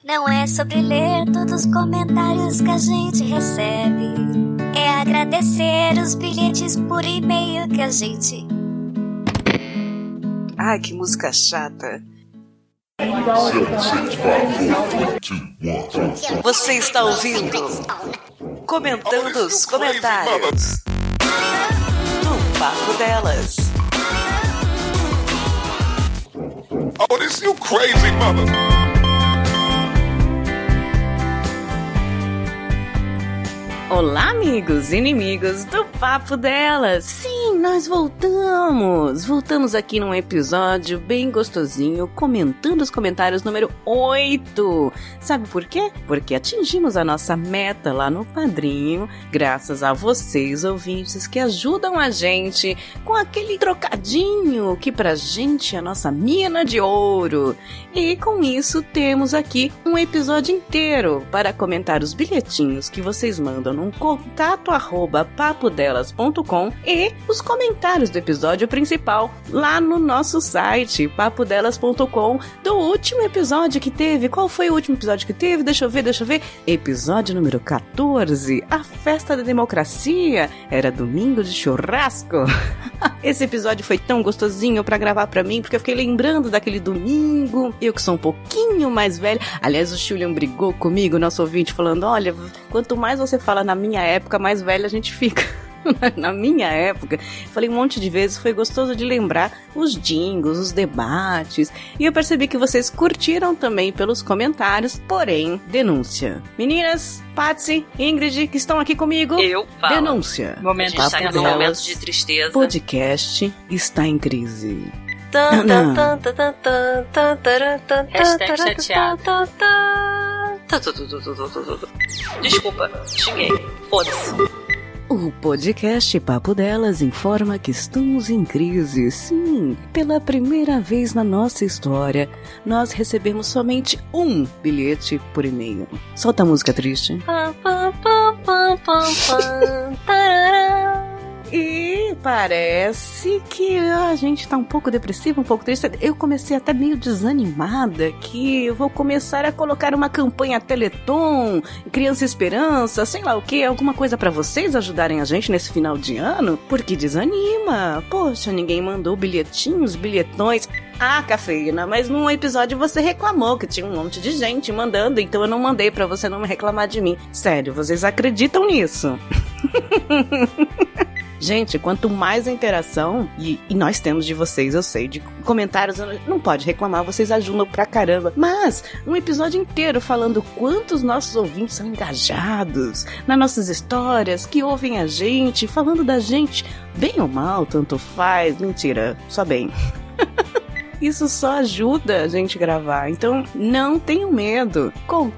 Não é sobre ler todos os comentários que a gente recebe. É agradecer os bilhetes por e-mail que a gente... Ai, que música chata. Você está ouvindo Comentando os Comentários do Papo Delas. Oh, this you crazy mother. Olá, amigos e inimigos do Papo Delas! Sim, nós voltamos! Voltamos aqui num episódio bem gostosinho, comentando os comentários número 8. Sabe por quê? Porque atingimos a nossa meta lá no Padrinho, graças a vocês, ouvintes, que ajudam a gente com aquele trocadinho que pra gente é a nossa mina de ouro. E com isso temos aqui um episódio inteiro para comentar os bilhetinhos que vocês mandam no contato@papodelas.com e os comentários do episódio principal lá no nosso site, papodelas.com, do último episódio que teve. Qual foi o último episódio que teve? Deixa eu ver. Episódio número 14, a festa da democracia. Era domingo de churrasco. Esse episódio foi tão gostosinho pra gravar pra mim, porque eu fiquei lembrando daquele domingo. Eu que sou um pouquinho mais velha. Aliás, o Julian brigou comigo, nosso ouvinte, falando: olha, quanto mais você fala na minha época, mais velha a gente fica. Na minha época, falei um monte de vezes, foi gostoso de lembrar os jingles, os debates, e eu percebi que vocês curtiram também pelos comentários, porém, denúncia. Meninas, Patsy, Ingrid, que estão aqui comigo, eu falo. Denúncia. Momento de estar num momento de tristeza. Podcast está em crise. Hashtag chateado. Desculpa, xinguei. Foda-se. O podcast Papo Delas informa que estamos em crise. Sim, pela primeira vez na nossa história, nós recebemos somente um bilhete por e-mail. Solta a música triste. E parece que a gente tá um pouco depressiva, um pouco triste. Eu comecei até meio desanimada, que eu vou começar a colocar uma campanha Teleton, Criança Esperança, sei lá o que, alguma coisa pra vocês ajudarem a gente nesse final de ano, porque desanima. Poxa, ninguém mandou bilhetinhos, bilhetões. Ah, Cafeína, mas num episódio você reclamou que tinha um monte de gente mandando, então eu não mandei pra você não reclamar de mim. Sério, vocês acreditam nisso? Gente, quanto mais interação, e nós temos de vocês, eu sei, de comentários, não pode reclamar, vocês ajudam pra caramba. Mas, um episódio inteiro falando quantos nossos ouvintes são engajados nas nossas histórias, que ouvem a gente, falando da gente, bem ou mal, tanto faz, mentira, só bem. Isso só ajuda a gente a gravar, então não tenham medo.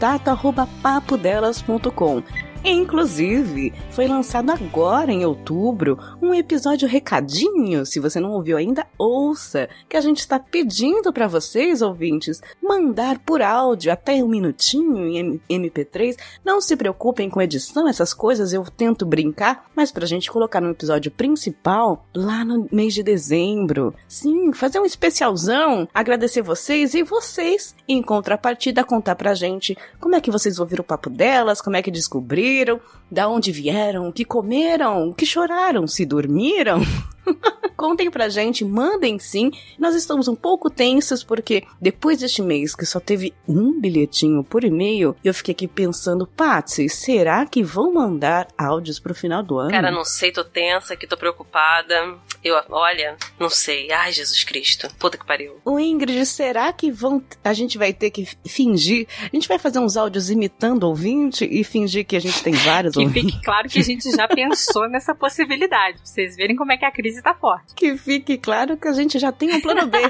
contato@papodelas.com. Inclusive, foi lançado agora em outubro um episódio recadinho, se você não ouviu ainda, ouça, que a gente está pedindo para vocês, ouvintes, mandar por áudio até 1 minutinho em MP3. Não se preocupem com edição, essas coisas eu tento brincar, mas pra gente colocar no episódio principal lá no mês de dezembro. Sim, fazer um especialzão, agradecer vocês e vocês, em contrapartida, contar pra gente como é que vocês ouviram o Papo Delas, como é que descobriram, da onde vieram, o que comeram, o que choraram, se dormiram. Contem pra gente, mandem sim. Nós estamos um pouco tensos porque depois deste mês que só teve um bilhetinho por e-mail, eu fiquei aqui pensando, Patsy, será que vão mandar áudios pro final do ano? Cara, não sei, tô tensa aqui, tô preocupada. Olha, não sei. Ai, Jesus Cristo. Puta que pariu. O Ingrid, será que a gente vai ter que fingir? A gente vai fazer uns áudios imitando o ouvinte e fingir que a gente tem vários ouvintes? Que fique claro que a gente já pensou nessa possibilidade, pra vocês verem como é que a crise tá forte. Que fique claro que a gente já tem um plano B.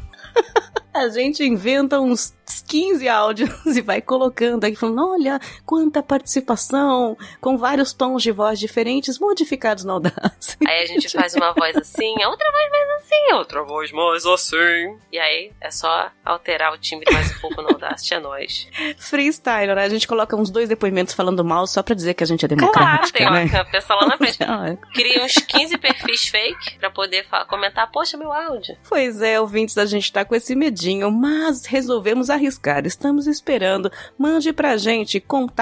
A gente inventa uns 15 áudios e vai colocando aí, falando, olha, quanta participação, com vários tons de voz diferentes, modificados no Audacity. Aí a gente faz uma voz assim, a outra voz mais assim, a outra voz mais assim. E aí é só alterar o timbre mais um pouco no Audacity, é nóis. Freestyle, né? A gente coloca uns 2 depoimentos falando mal só pra dizer que a gente é democrática, claro, tem né? uma pessoa lá na frente. Cria uns 15 perfis fake pra poder comentar, poxa, meu áudio. Pois é, ouvintes, a gente tá com esse medinho engraçadinho, mas resolvemos arriscar. Estamos esperando. Mande pra gente,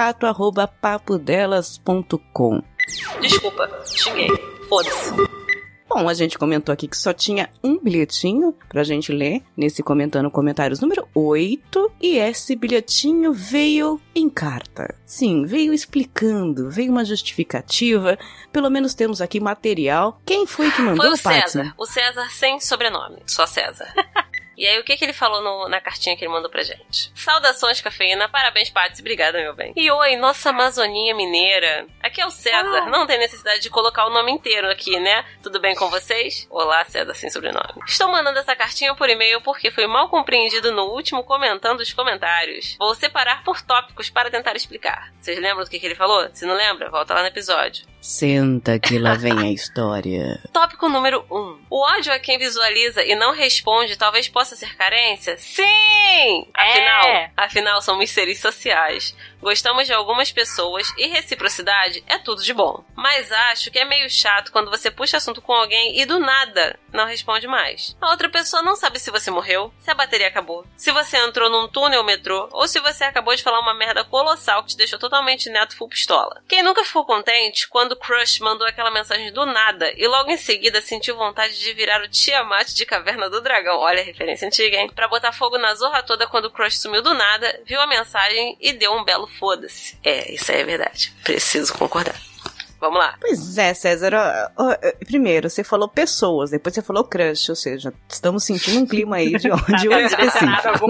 contato@papodelas.com. Desculpa, xinguei. Foda-se. Bom, a gente comentou aqui que só tinha um bilhetinho pra gente ler nesse Comentando Comentários número 8, e esse bilhetinho veio em carta. Sim, veio explicando, veio uma justificativa, pelo menos temos aqui material. Quem foi que mandou, Foi o Paty? César. O César sem sobrenome, só César. E aí, o que ele falou na cartinha que ele mandou pra gente? Saudações, cafeína. Parabéns, Paty. Obrigada, meu bem. E oi, nossa Amazoninha mineira. Aqui é o César. Não tem necessidade de colocar o nome inteiro aqui, né? Tudo bem com vocês? Olá, César sem sobrenome. Estou mandando essa cartinha por e-mail porque foi mal compreendido no último Comentando os Comentários. Vou separar por tópicos para tentar explicar. Vocês lembram do que ele falou? Se não lembra, volta lá no episódio. Senta que lá vem a história. Tópico número 1. O ódio a quem visualiza e não responde talvez possa ser carência? Sim! Afinal, somos seres sociais. Gostamos de algumas pessoas e reciprocidade é tudo de bom. Mas acho que é meio chato quando você puxa assunto com alguém e do nada não responde mais. A outra pessoa não sabe se você morreu, se a bateria acabou, se você entrou num túnel ou metrô, ou se você acabou de falar uma merda colossal que te deixou totalmente neto full pistola. Quem nunca ficou contente quando o crush mandou aquela mensagem do nada e logo em seguida sentiu vontade de virar o Tiamat de Caverna do Dragão, olha a referência antiga, hein? Pra botar fogo na zorra toda quando o crush sumiu do nada, viu a mensagem e deu um belo foda-se. Isso aí é verdade. Preciso concordar. Vamos lá. Pois é, César. Primeiro, você falou pessoas, depois você falou crush, ou seja, estamos sentindo um clima aí de ódio específico. Algum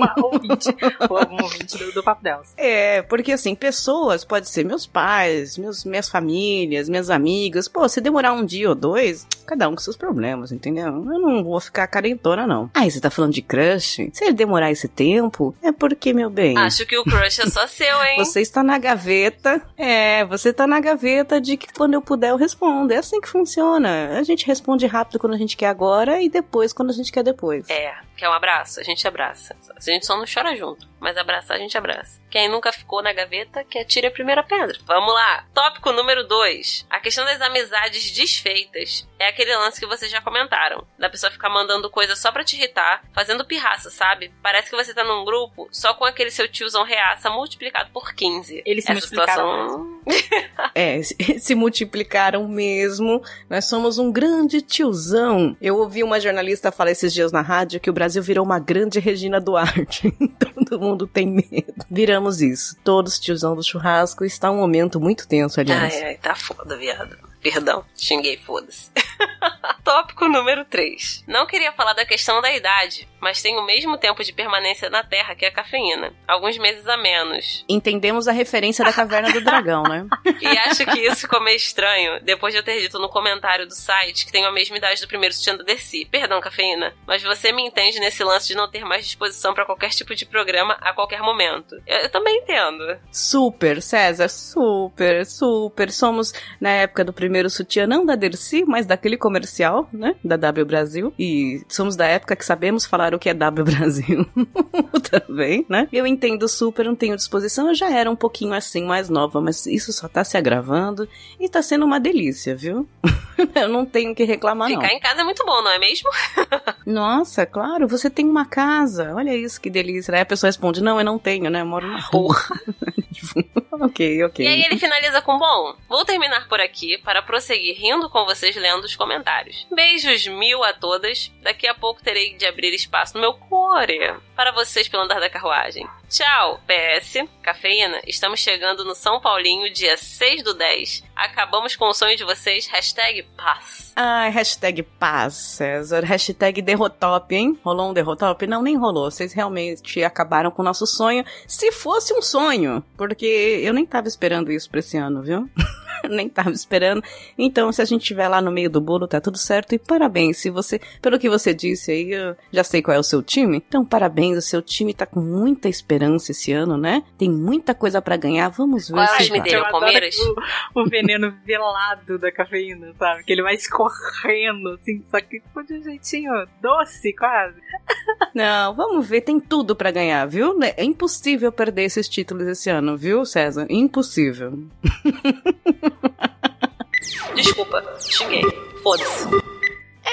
ouvinte do Papo Delas. Porque assim, pessoas, pode ser meus pais, minhas famílias, minhas amigas. Pô, se demorar um dia ou dois, cada um com seus problemas, entendeu? Eu não vou ficar carentona, não. Aí, você tá falando de crush? Se ele demorar esse tempo, é porque, meu bem... Acho que o crush é só seu, hein? Você está na gaveta. Você tá na gaveta de que quando eu puder eu respondo. É assim que funciona. A gente responde rápido quando a gente quer agora e depois quando a gente quer depois. Quer um abraço? A gente abraça. A gente só não chora junto, mas abraçar a gente abraça. Quem nunca ficou na gaveta, que atire a primeira pedra. Vamos lá. Tópico número 2. A questão das amizades desfeitas é aquele lance que vocês já comentaram. Da pessoa ficar mandando coisa só pra te irritar, fazendo pirraça, sabe? Parece que você tá num grupo só com aquele seu tiozão reaça multiplicado por 15. Eles se multiplicaram. Se multiplicaram mesmo. Nós somos um grande tiozão. Eu ouvi uma jornalista falar esses dias na rádio que o Brasil virou uma grande Regina Duarte. Todo mundo tem medo. Viramos isso. Todos tiozão do churrasco. Está um momento muito tenso, aliás. Ai, tá foda, viado. Perdão, xinguei, foda-se. Tópico número 3. Não queria falar da questão da idade, mas tem o mesmo tempo de permanência na Terra que a cafeína. Alguns meses a menos. Entendemos a referência da Caverna do Dragão, né? E acho que isso ficou meio estranho, depois de eu ter dito no comentário do site que tenho a mesma idade do primeiro sutiã da Dercy. Perdão, cafeína, mas você me entende nesse lance de não ter mais disposição pra qualquer tipo de programa a qualquer momento. Eu também entendo. Super, César, super. Somos na época do primeiro sutiã, não da Dercy, mas daquele comercial, né? Da W Brasil. E somos da época que sabemos falar o que é W Brasil também, né? Eu entendo super, não tenho disposição. Eu já era um pouquinho assim, mais nova, mas isso só tá se agravando e tá sendo uma delícia, viu? Eu não tenho o que reclamar, não. Ficar em casa é muito bom, não é mesmo? Nossa, claro, você tem uma casa. Olha isso, que delícia. Aí a pessoa responde, não, eu não tenho, né? Eu moro na rua. Ok. E aí ele finaliza com, bom, vou terminar por aqui para prosseguir rindo com vocês lendo os comentários. Beijos 1000 a todas. Daqui a pouco terei de abrir espaço no meu core para vocês pelo andar da carruagem. Tchau, PS. Cafeína, estamos chegando no São Paulinho, dia 6/10. Acabamos com o sonho de vocês. #paz. Ai, #paz, César. #derrotop, hein? Rolou um derrotop? Não, nem rolou. Vocês realmente acabaram com o nosso sonho. Se fosse um sonho. Porque eu nem tava esperando isso pra esse ano, viu? Nem tava esperando. Então, se a gente estiver lá no meio do bolo, tá tudo certo. E parabéns. Se você, pelo que você disse aí, eu já sei qual é o seu time. Então, parabéns. O seu time tá com muita esperança esse ano, né? Tem muita coisa pra ganhar. Vamos ver se me deu Palmeiras. O veneno velado da cafeína, sabe? Que ele vai escorrendo, assim, só que de um jeitinho doce, quase. Não, vamos ver. Tem tudo pra ganhar, viu? É impossível perder esses títulos esse ano, viu, César? Impossível. Desculpa, xinguei. Foda-se.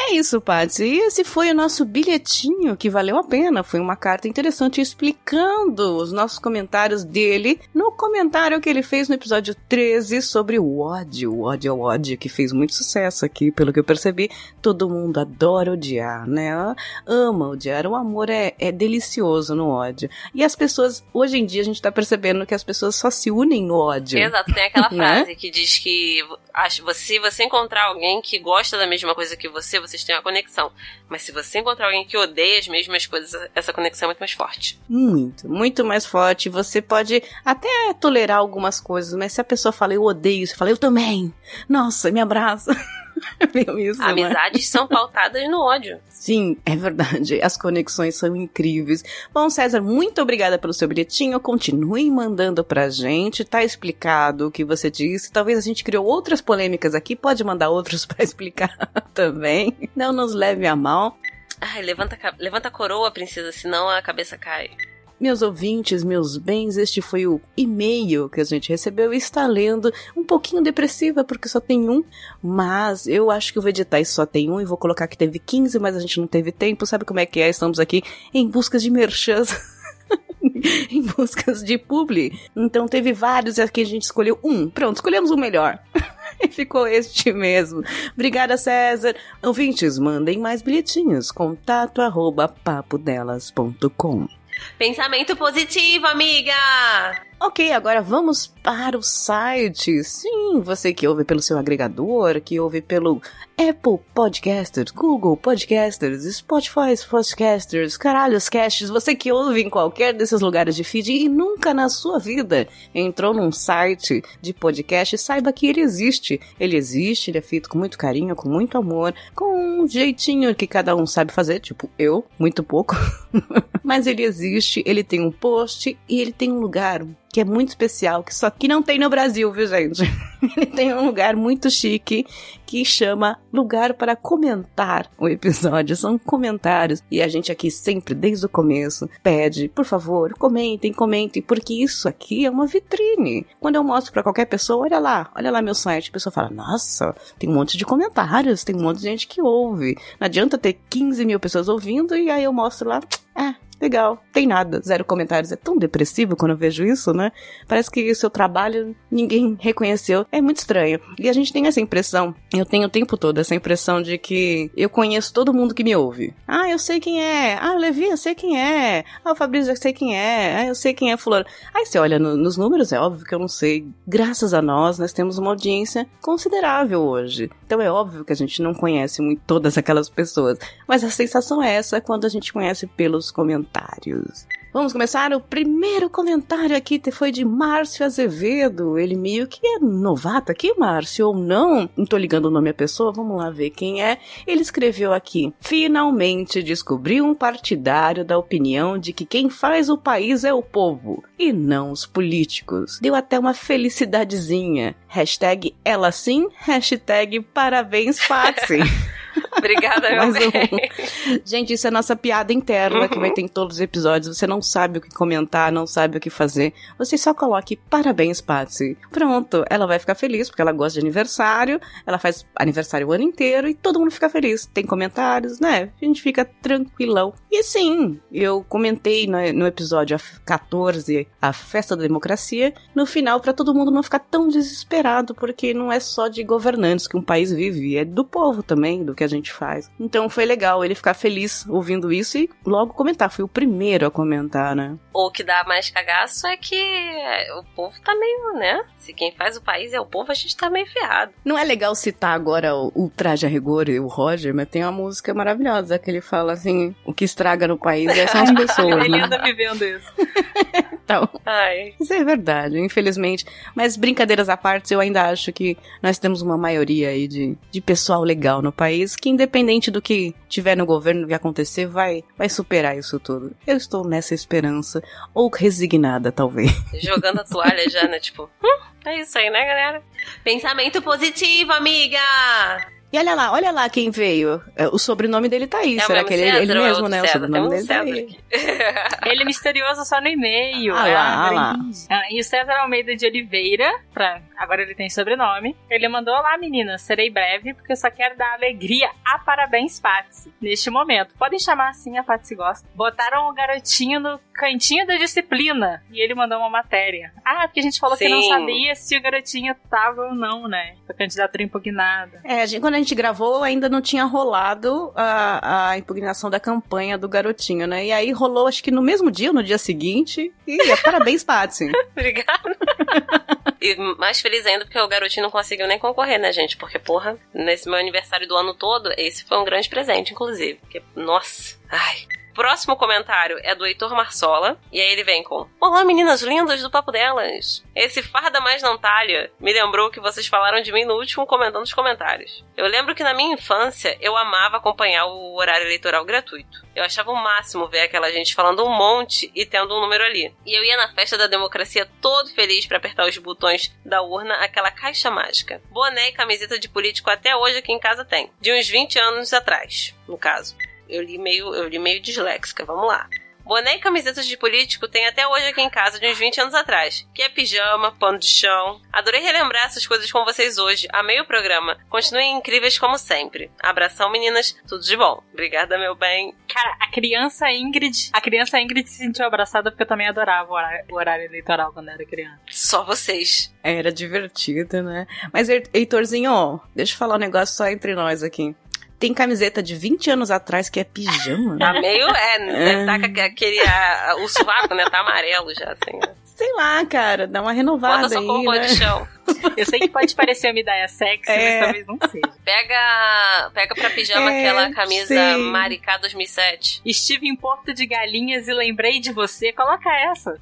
É isso, Paty. E esse foi o nosso bilhetinho que valeu a pena. Foi uma carta interessante explicando os nossos comentários dele no comentário que ele fez no episódio 13 sobre o ódio. O ódio é o ódio, que fez muito sucesso aqui, pelo que eu percebi. Todo mundo adora odiar, né? Ama odiar. O amor é delicioso no ódio. E as pessoas, hoje em dia, a gente tá percebendo que as pessoas só se unem no ódio. Exato, tem aquela né? frase que diz que se você encontrar alguém que gosta da mesma coisa que vocês têm uma conexão. Mas se você encontrar alguém que odeia as mesmas coisas, essa conexão é muito mais forte. Muito mais forte. Você pode até tolerar algumas coisas, mas se a pessoa fala, eu odeio, você fala, eu também. Nossa, me abraça. Isso, amizades são pautadas no ódio. Sim, é verdade. As conexões são incríveis. Bom, César, muito obrigada pelo seu bilhetinho. Continue mandando pra gente. Tá explicado o que você disse. Talvez a gente criou outras polêmicas aqui. Pode mandar outros pra explicar também. Não nos leve a mal. Ai, levanta a coroa, princesa, senão a cabeça cai. Meus ouvintes, meus bens, este foi o e-mail que a gente recebeu e está lendo, um pouquinho depressiva porque só tem um, mas eu acho que eu vou editar e só tem um e vou colocar que teve 15, mas a gente não teve tempo, sabe como é que é? Estamos aqui em busca de merchans, em busca de publi, então teve vários e aqui a gente escolheu um, pronto, escolhemos o melhor. E ficou este mesmo. Obrigada, César. Ouvintes, mandem mais bilhetinhos, contato@papodelas.com. Pensamento positivo, amiga! Ok, agora vamos para o site. Sim, você que ouve pelo seu agregador, que ouve pelo Apple Podcasters, Google Podcasters, Spotify Podcasters, caralhos casts, você que ouve em qualquer desses lugares de feed e nunca na sua vida entrou num site de podcast, saiba que ele existe. Ele existe, ele é feito com muito carinho, com muito amor, com um jeitinho que cada um sabe fazer, tipo eu, muito pouco. Mas ele existe, ele tem um post e ele tem um lugar que é muito especial, que só que não tem no Brasil, viu, gente? Ele tem um lugar muito chique que chama Lugar para Comentar o episódio. São comentários. E a gente aqui sempre, desde o começo, pede, por favor, comentem, porque isso aqui é uma vitrine. Quando eu mostro para qualquer pessoa, olha lá meu site. A pessoa fala, nossa, tem um monte de comentários, tem um monte de gente que ouve. Não adianta ter 15 mil pessoas ouvindo e aí eu mostro lá, legal, tem nada, 0 comentários. É tão depressivo quando eu vejo isso, né? Parece que seu trabalho ninguém reconheceu. É muito estranho. E a gente tem essa impressão, eu tenho o tempo todo essa impressão de que eu conheço todo mundo que me ouve. Ah, eu sei quem é. Ah, o Levi, eu sei quem é. Ah, o Fabrício, eu sei quem é. Ah, eu sei quem é fulano. Aí você olha nos números, é óbvio que eu não sei. Graças a nós temos uma audiência considerável hoje. Então é óbvio que a gente não conhece muito todas aquelas pessoas. Mas a sensação é essa quando a gente conhece pelos comentários. Vamos começar? O primeiro comentário aqui foi de Márcio Azevedo. Ele meio que é novato aqui, Márcio, ou não? Não tô ligando o nome à pessoa, vamos lá ver quem é. Ele escreveu aqui: finalmente descobri um partidário da opinião de que quem faz o país é o povo, e não os políticos. Deu até uma felicidadezinha. Hashtag ela sim, hashtag parabéns, Patsy. Obrigada, meu bem. Gente, isso é nossa piada interna que vai ter em todos os episódios. Você não sabe o que comentar, não sabe o que fazer. Você só coloque parabéns, Patsy. Pronto, ela vai ficar feliz porque ela gosta de aniversário. Ela faz aniversário o ano inteiro e todo mundo fica feliz. Tem comentários, né? A gente fica tranquilão. E sim, eu comentei no episódio 14, a Festa da Democracia, no final, pra todo mundo não ficar tão desesperado, porque não é só de governantes que um país vive, é do povo também, do que a gente faz. Então foi legal ele ficar feliz ouvindo isso e logo comentar. Fui o primeiro a comentar, né? O que dá mais cagaço é que o povo tá meio, né? Se quem faz o país é o povo, a gente tá meio ferrado. Não é legal citar agora o Traje a Rigor e o Roger, mas tem uma música maravilhosa que ele fala assim, o que estraga no país são as pessoas, Ele né? anda vivendo isso. Então, Ai. isso é verdade, infelizmente. Mas brincadeiras à parte, eu ainda acho que nós temos uma maioria aí de pessoal legal no país, que independente do que tiver no governo, do que acontecer, vai superar isso tudo. Eu estou nessa esperança, ou resignada, talvez. Jogando a toalha já, né? Tipo, é isso aí, né, galera? Pensamento positivo, amiga! E olha lá quem veio. O sobrenome dele tá aí. Será que ele mesmo, né? O sobrenome dele tá aí. Ele é misterioso só no e-mail. Lá. E o César Almeida de Oliveira, agora ele tem sobrenome. Ele mandou: olá meninas, serei breve porque eu só quero dar alegria a parabéns Patsy neste momento. Podem chamar assim, a Patsy gosta. Botaram o garotinho no cantinho da disciplina e ele mandou uma matéria. Porque a gente falou que não sabia se o garotinho tava ou não, né? A candidatura impugnada. Quando a gente gravou ainda não tinha rolado a impugnação da campanha do garotinho, né? E aí rolou, acho que no mesmo dia, no dia seguinte. E parabéns, Patsy. Obrigada. E mais feliz ainda porque o garotinho não conseguiu nem concorrer, né, gente? Porque, porra, nesse meu aniversário do ano todo, esse foi um grande presente, inclusive. Porque, nossa, Próximo comentário é do Heitor Marsola, e aí ele vem com: olá meninas lindas do Papo Delas. Esse farda mais não talha me lembrou que vocês falaram de mim no último comentando os comentários. Eu lembro que na minha infância eu amava acompanhar o horário eleitoral gratuito. Eu achava o máximo ver aquela gente falando um monte e tendo um número ali. E eu ia na festa da democracia todo feliz pra apertar os botões da urna, aquela caixa mágica. Boné e camiseta de político até hoje aqui em casa tem. De uns 20 anos atrás, no caso. Eu li meio disléxica, vamos lá. Boné e camisetas de político tem até hoje aqui em casa, de uns 20 anos atrás. Que é pijama, pano de chão. Adorei relembrar essas coisas com vocês hoje. Amei o programa. Continuem incríveis como sempre. Abração, meninas. Tudo de bom. Obrigada, meu bem. Cara, a criança Ingrid se sentiu abraçada porque eu também adorava o horário eleitoral quando era criança. Só vocês. Era divertido, né? Mas, Heitorzinho, deixa eu falar um negócio só entre nós aqui. Tem camiseta de 20 anos atrás que é pijama. Tá meio, tá com aquele, o sovaco, né, tá amarelo já, assim. Sei lá, cara, dá uma renovada. Bota só com o de chão. Eu sei que pode parecer uma ideia sexy, mas talvez não seja. Pega pra pijama aquela camisa Maricá 2007. Estive em Porto de Galinhas e lembrei de você. Coloca essa.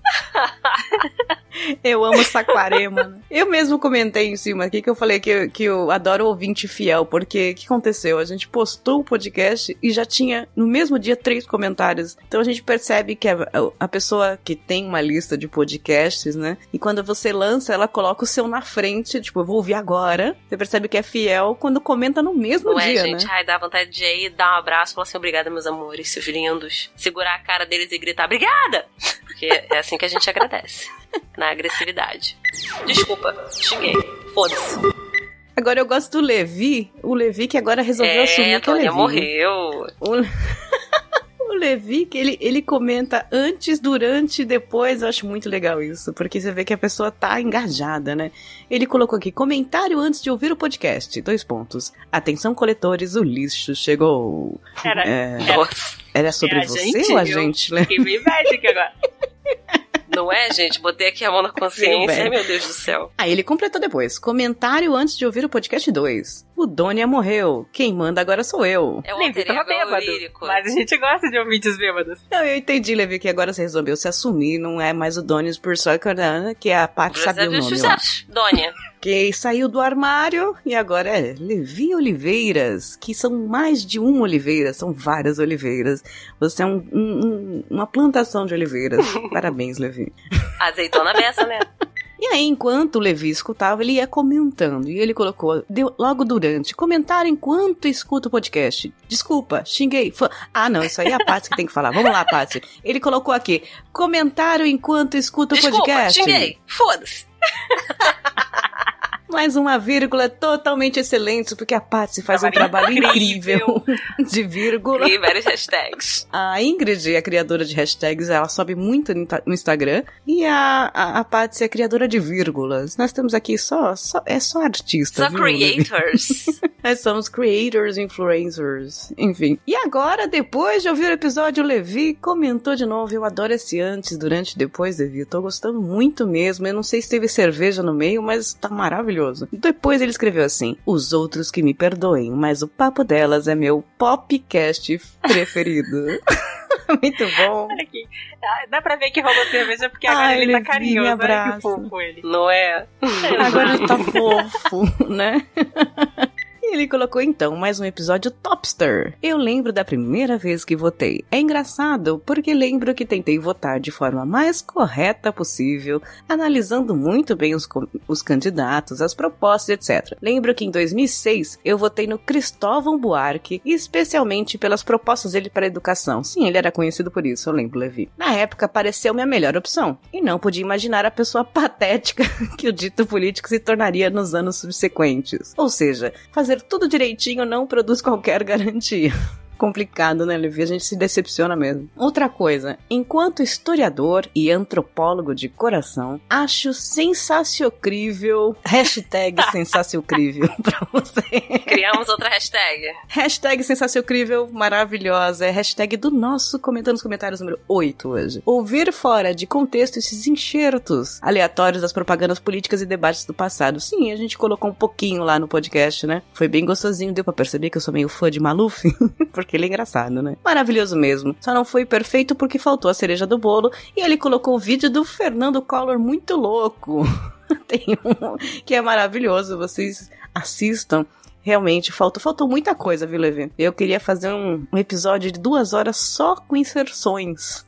Eu amo Saquarema, né? Eu mesmo comentei em cima aqui que eu falei que eu adoro ouvinte fiel, porque o que aconteceu? A gente postou o podcast e já tinha, no mesmo dia, 3 comentários. Então a gente percebe que a pessoa que tem uma lista de podcasts, né? E quando você lança, ela coloca o seu na frente, tipo, eu vou ouvir agora. Você percebe que é fiel quando comenta no mesmo dia, gente? né? Ai, dá vontade de ir, dar um abraço e falar assim: obrigada, meus amores, seus lindos. Segurar a cara deles e gritar: obrigada! Porque é assim que a gente agradece. Na agressividade. Desculpa, xinguei. Foda-se. Agora eu gosto do Levi. O Levi que agora resolveu assumir que é Levi. Morreu. O Levi, que ele comenta antes, durante e depois. Eu acho muito legal isso, porque você vê que a pessoa tá engajada, né? Ele colocou aqui: comentário antes de ouvir o podcast. 2 pontos. Atenção, coletores, o lixo chegou. Era sobre você gente, ou a gente? Fiquei meio médica agora. Não é, gente? Botei aqui a mão na consciência. Ai, meu Deus do céu. Ele completou depois. Comentário antes de ouvir o podcast 2. O Dônia morreu. Quem manda agora sou eu. É o alter ego lírico. Mas a gente gosta de ouvintes bêbados. Não, eu entendi, Levi, que agora você resolveu se assumir. Não é mais o Dônia por só que é a Paty sabia o nome. Dônia. Que saiu do armário e agora é Levi Oliveiras, que são mais de uma oliveira, são várias oliveiras. Você é uma plantação de oliveiras. Parabéns, Levi. Azeitona beça, né? E aí, enquanto o Levi escutava, ele ia comentando. E ele colocou, logo durante, comentário enquanto escuta o podcast. Desculpa, xinguei. Não, isso aí é a Paty que tem que falar. Vamos lá, Paty. Ele colocou aqui, comentário enquanto escuta o podcast. Desculpa, xinguei. Foda-se. Mais uma vírgula totalmente excelente, porque a Paty faz um trabalho incrível de vírgula. E vários hashtags. A Ingrid, a criadora de hashtags, ela sobe muito no Instagram. E a Paty é a criadora de vírgulas. Nós temos aqui só artistas. Só creators. Nós somos creators, influencers, enfim. E agora, depois de ouvir o episódio, o Levi comentou de novo. Eu adoro esse antes, durante, depois, Levi. Eu tô gostando muito mesmo. Eu não sei se teve cerveja no meio, mas tá maravilhoso. Depois ele escreveu assim: os outros que me perdoem, mas o Papo Delas é meu popcast preferido. Muito bom. Olha aqui. Dá pra ver que roubou cerveja porque agora ele tá carinhoso. Olha que fofo ele. Não é? Agora ele tá fofo, né? E ele colocou então mais um episódio Topster. Eu lembro da primeira vez que votei. É engraçado porque lembro que tentei votar de forma mais correta possível, analisando muito bem os candidatos, as propostas, etc. Lembro que em 2006 eu votei no Cristóvão Buarque, especialmente pelas propostas dele para a educação. Sim, ele era conhecido por isso, eu lembro, Levi. Na época pareceu minha melhor opção, e não podia imaginar a pessoa patética que o dito político se tornaria nos anos subsequentes. Ou seja, fazer tudo direitinho não produz qualquer garantia. Complicado, né, Levi? A gente se decepciona mesmo. Outra coisa, enquanto historiador e antropólogo de coração, acho sensaciocrível, hashtag sensaciocrível pra você. Criamos outra hashtag. Hashtag sensaciocrível, maravilhosa, é hashtag do nosso Comentando nos Comentários número 8 hoje. Ouvir fora de contexto esses enxertos aleatórios das propagandas políticas e debates do passado. Sim, a gente colocou um pouquinho lá no podcast, né? Foi bem gostosinho, deu pra perceber que eu sou meio fã de Maluf, porque ele é engraçado, né? Maravilhoso mesmo. Só não foi perfeito porque faltou a cereja do bolo e ele colocou o vídeo do Fernando Collor muito louco. Tem um que é maravilhoso, vocês assistam. Realmente, faltou muita coisa, viu, Levi? Eu queria fazer um episódio de 2 horas só com inserções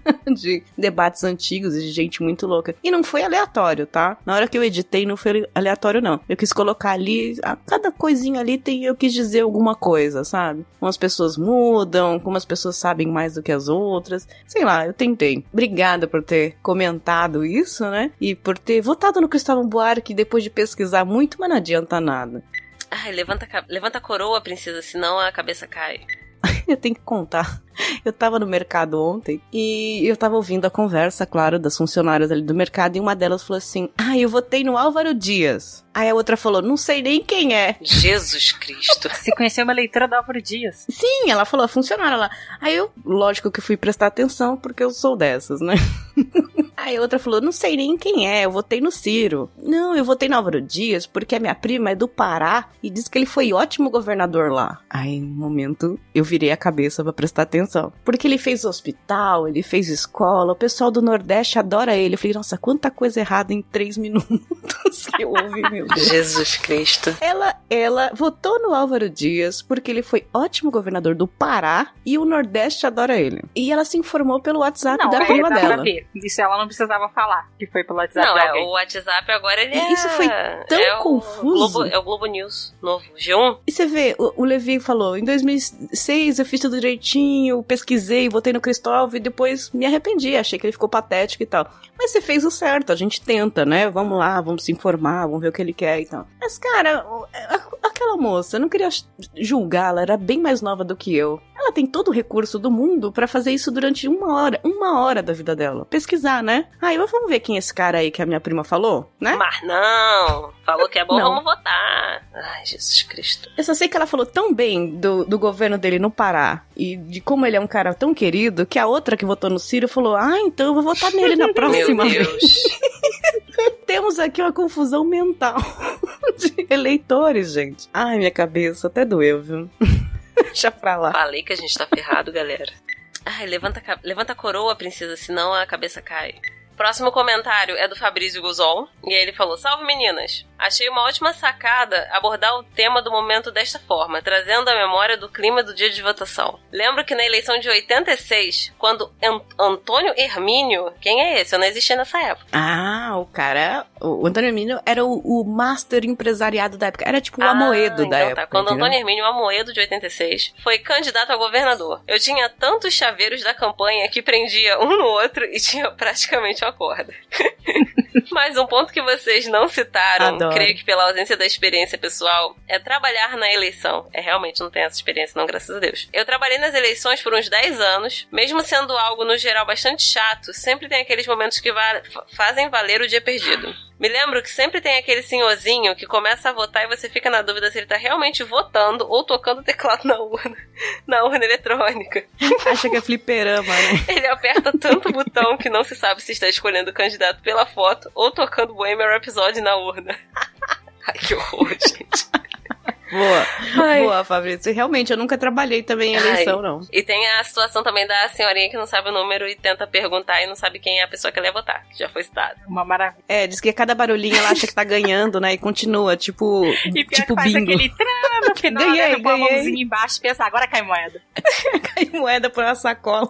de debates antigos e de gente muito louca. E não foi aleatório, tá? Na hora que eu editei, não foi aleatório, não. Eu quis colocar ali, a cada coisinha ali eu quis dizer alguma coisa, sabe? Umas pessoas mudam, umas pessoas sabem mais do que as outras. Sei lá, eu tentei. Obrigada por ter comentado isso, né? E por ter votado no Cristóvão Buarque depois de pesquisar muito, mas não adianta nada. Ai, levanta a coroa, princesa, senão a cabeça cai. Eu tenho que contar. Eu tava no mercado ontem e eu tava ouvindo a conversa, claro, das funcionárias ali do mercado, e uma delas falou assim: eu votei no Álvaro Dias. Aí a outra falou: não sei nem quem é. Jesus Cristo. Você conheceu uma eleitora do Álvaro Dias? Sim, ela falou, a funcionária lá. Aí eu, lógico que fui prestar atenção, porque eu sou dessas, né? Aí a outra falou, não sei nem quem é, eu votei no Ciro. Não, eu votei no Álvaro Dias, porque a minha prima é do Pará e diz que ele foi ótimo governador lá. Aí, no momento, eu virei a cabeça pra prestar atenção. Porque ele fez hospital, ele fez escola, o pessoal do Nordeste adora ele. Eu falei, nossa, quanta coisa errada em 3 minutos que eu ouvi, meu Deus. Jesus Cristo. Ela votou no Álvaro Dias porque ele foi ótimo governador do Pará e o Nordeste adora ele. E ela se informou pelo WhatsApp da prima dela. Isso ela não precisava falar, que foi pelo WhatsApp. Não, o WhatsApp agora ele Isso foi tão confuso. É o Globo News novo, G1. E você vê, o Levi falou, em 2006 eu fiz tudo direitinho, pesquisei, votei no Cristóvão e depois me arrependi, achei que ele ficou patético e tal. Mas você fez o certo, a gente tenta, né? Vamos lá, vamos se informar, vamos ver o que ele quer e tal. Mas, cara, aquela moça, eu não queria julgá-la, era bem mais nova do que eu. Ela tem todo o recurso do mundo pra fazer isso durante uma hora da vida dela. Pesquisar, né? Aí vamos ver quem é esse cara aí que a minha prima falou, né? Mas não, falou que é bom, vamos votar. Ai, Jesus Cristo. Eu só sei que ela falou tão bem do governo dele no Pará e de como ele é um cara tão querido que a outra que votou no Ciro falou, então eu vou votar nele na próxima vez. Temos aqui uma confusão mental de eleitores, gente. Ai, minha cabeça até doeu, viu? Deixa pra lá. Falei que a gente tá ferrado, galera. Ai, levanta a coroa, princesa, senão a cabeça cai. Próximo comentário é do Fabrício Guzol, e aí ele falou, salve meninas, achei uma ótima sacada abordar o tema do momento desta forma, trazendo a memória do clima do dia de votação. Lembro que na eleição de 86, quando Antônio Hermínio, quem é esse? Eu não existia nessa época. O Antônio Hermínio era o master empresariado da época, era tipo o Amoedo da época. Quando Antônio Hermínio, o Amoedo de 86, foi candidato a governador. Eu tinha tantos chaveiros da campanha que prendia um no outro e tinha praticamente uma corda. Mas um ponto que vocês não citaram, creio que pela ausência da experiência pessoal, é trabalhar na eleição. Realmente não tenho essa experiência não, graças a Deus. Eu trabalhei nas eleições por uns 10 anos, mesmo sendo algo no geral bastante chato, sempre tem aqueles momentos que fazem valer o dia perdido. Me lembro que sempre tem aquele senhorzinho que começa a votar e você fica na dúvida se ele tá realmente votando ou tocando o teclado na urna eletrônica. Acha que é fliperama, né? Ele aperta tanto o botão que não se sabe se está escolhendo o candidato pela foto ou tocando Bohemian Rhapsody na urna. Ai, que horror, gente. Boa, Fabrício. Realmente, eu nunca trabalhei também em eleição, não. E tem a situação também da senhorinha que não sabe o número e tenta perguntar e não sabe quem é a pessoa que ela ia votar, que já foi citada. Uma maravilha. Diz que a cada barulhinho ela acha que tá ganhando, né? E continua, tipo e tipo faz bingo. Aquele no final, ganhei. Com a mãozinha embaixo, pensa, agora cai moeda. Cai moeda por uma sacola.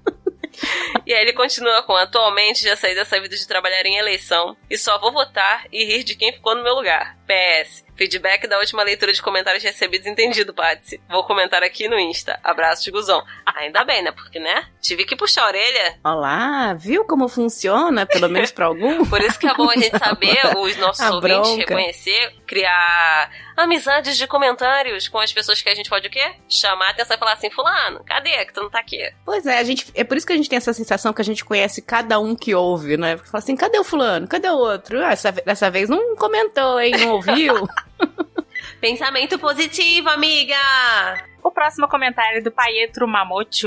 E aí ele continua com: atualmente já saí dessa vida de trabalhar em eleição e só vou votar e rir de quem ficou no meu lugar. PS, feedback da última leitura de comentários recebidos entendido, Patsy. Vou comentar aqui no Insta. Abraço de Guzão. Ainda bem, né? Porque, né? Tive que puxar a orelha. Olá, viu como funciona? Pelo menos pra algum? Por isso que é bom a gente saber, os nossos ouvintes bronca. reconhecer, criar amizades de comentários com as pessoas que a gente pode o quê? Chamar a atenção e falar assim: fulano, cadê que tu não tá aqui? Pois é, é por isso que a gente tem essa sensação que a gente conhece cada um que ouve, né? Fala assim, cadê o fulano? Cadê o outro? Dessa vez não comentou, hein? Não ouviu? Pensamento positivo, amiga! O próximo comentário é do Pietro Mamócio,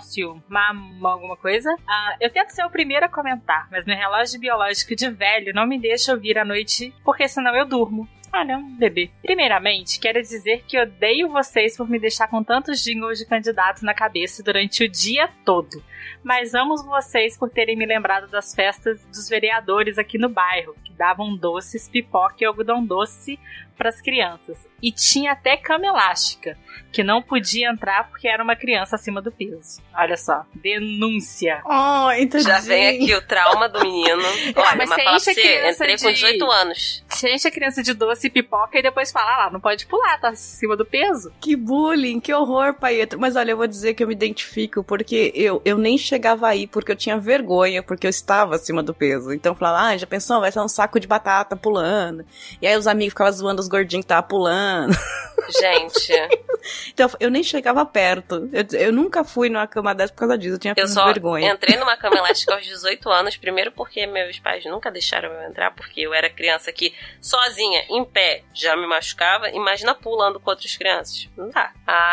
alguma coisa. Eu tento ser o primeiro a comentar, mas meu relógio biológico de velho não me deixa ouvir à noite, porque senão eu durmo. Olha, um bebê. Primeiramente, quero dizer que odeio vocês por me deixar com tantos jingles de candidato na cabeça durante o dia todo. Mas amo vocês por terem me lembrado das festas dos vereadores aqui no bairro, que davam doces, pipoca e algodão doce para as crianças. E tinha até cama elástica, que não podia entrar porque era uma criança acima do peso. Olha só, denúncia. Oh, entendi. Já vem aqui o trauma do menino. Olha, mas fala pra você, entrei com 18 anos. Você enche a criança de doce e pipoca e depois fala, não pode pular, tá acima do peso. Que bullying, que horror, Pietro. Mas olha, eu vou dizer que eu me identifico, porque eu nem chegava aí, porque eu tinha vergonha, porque eu estava acima do peso. Então eu falava, já pensou, vai ser um saco de batata pulando. E aí os amigos ficavam zoando os gordinhos que estavam pulando. Gente. Então eu nem chegava perto. Eu nunca fui numa cama dessa por causa disso, eu tinha vergonha. Eu só entrei numa cama elástica aos 18 anos, primeiro porque meus pais nunca deixaram eu entrar, porque eu era criança que sozinha, em pé, já me machucava. Imagina pulando com outras crianças. Não dá.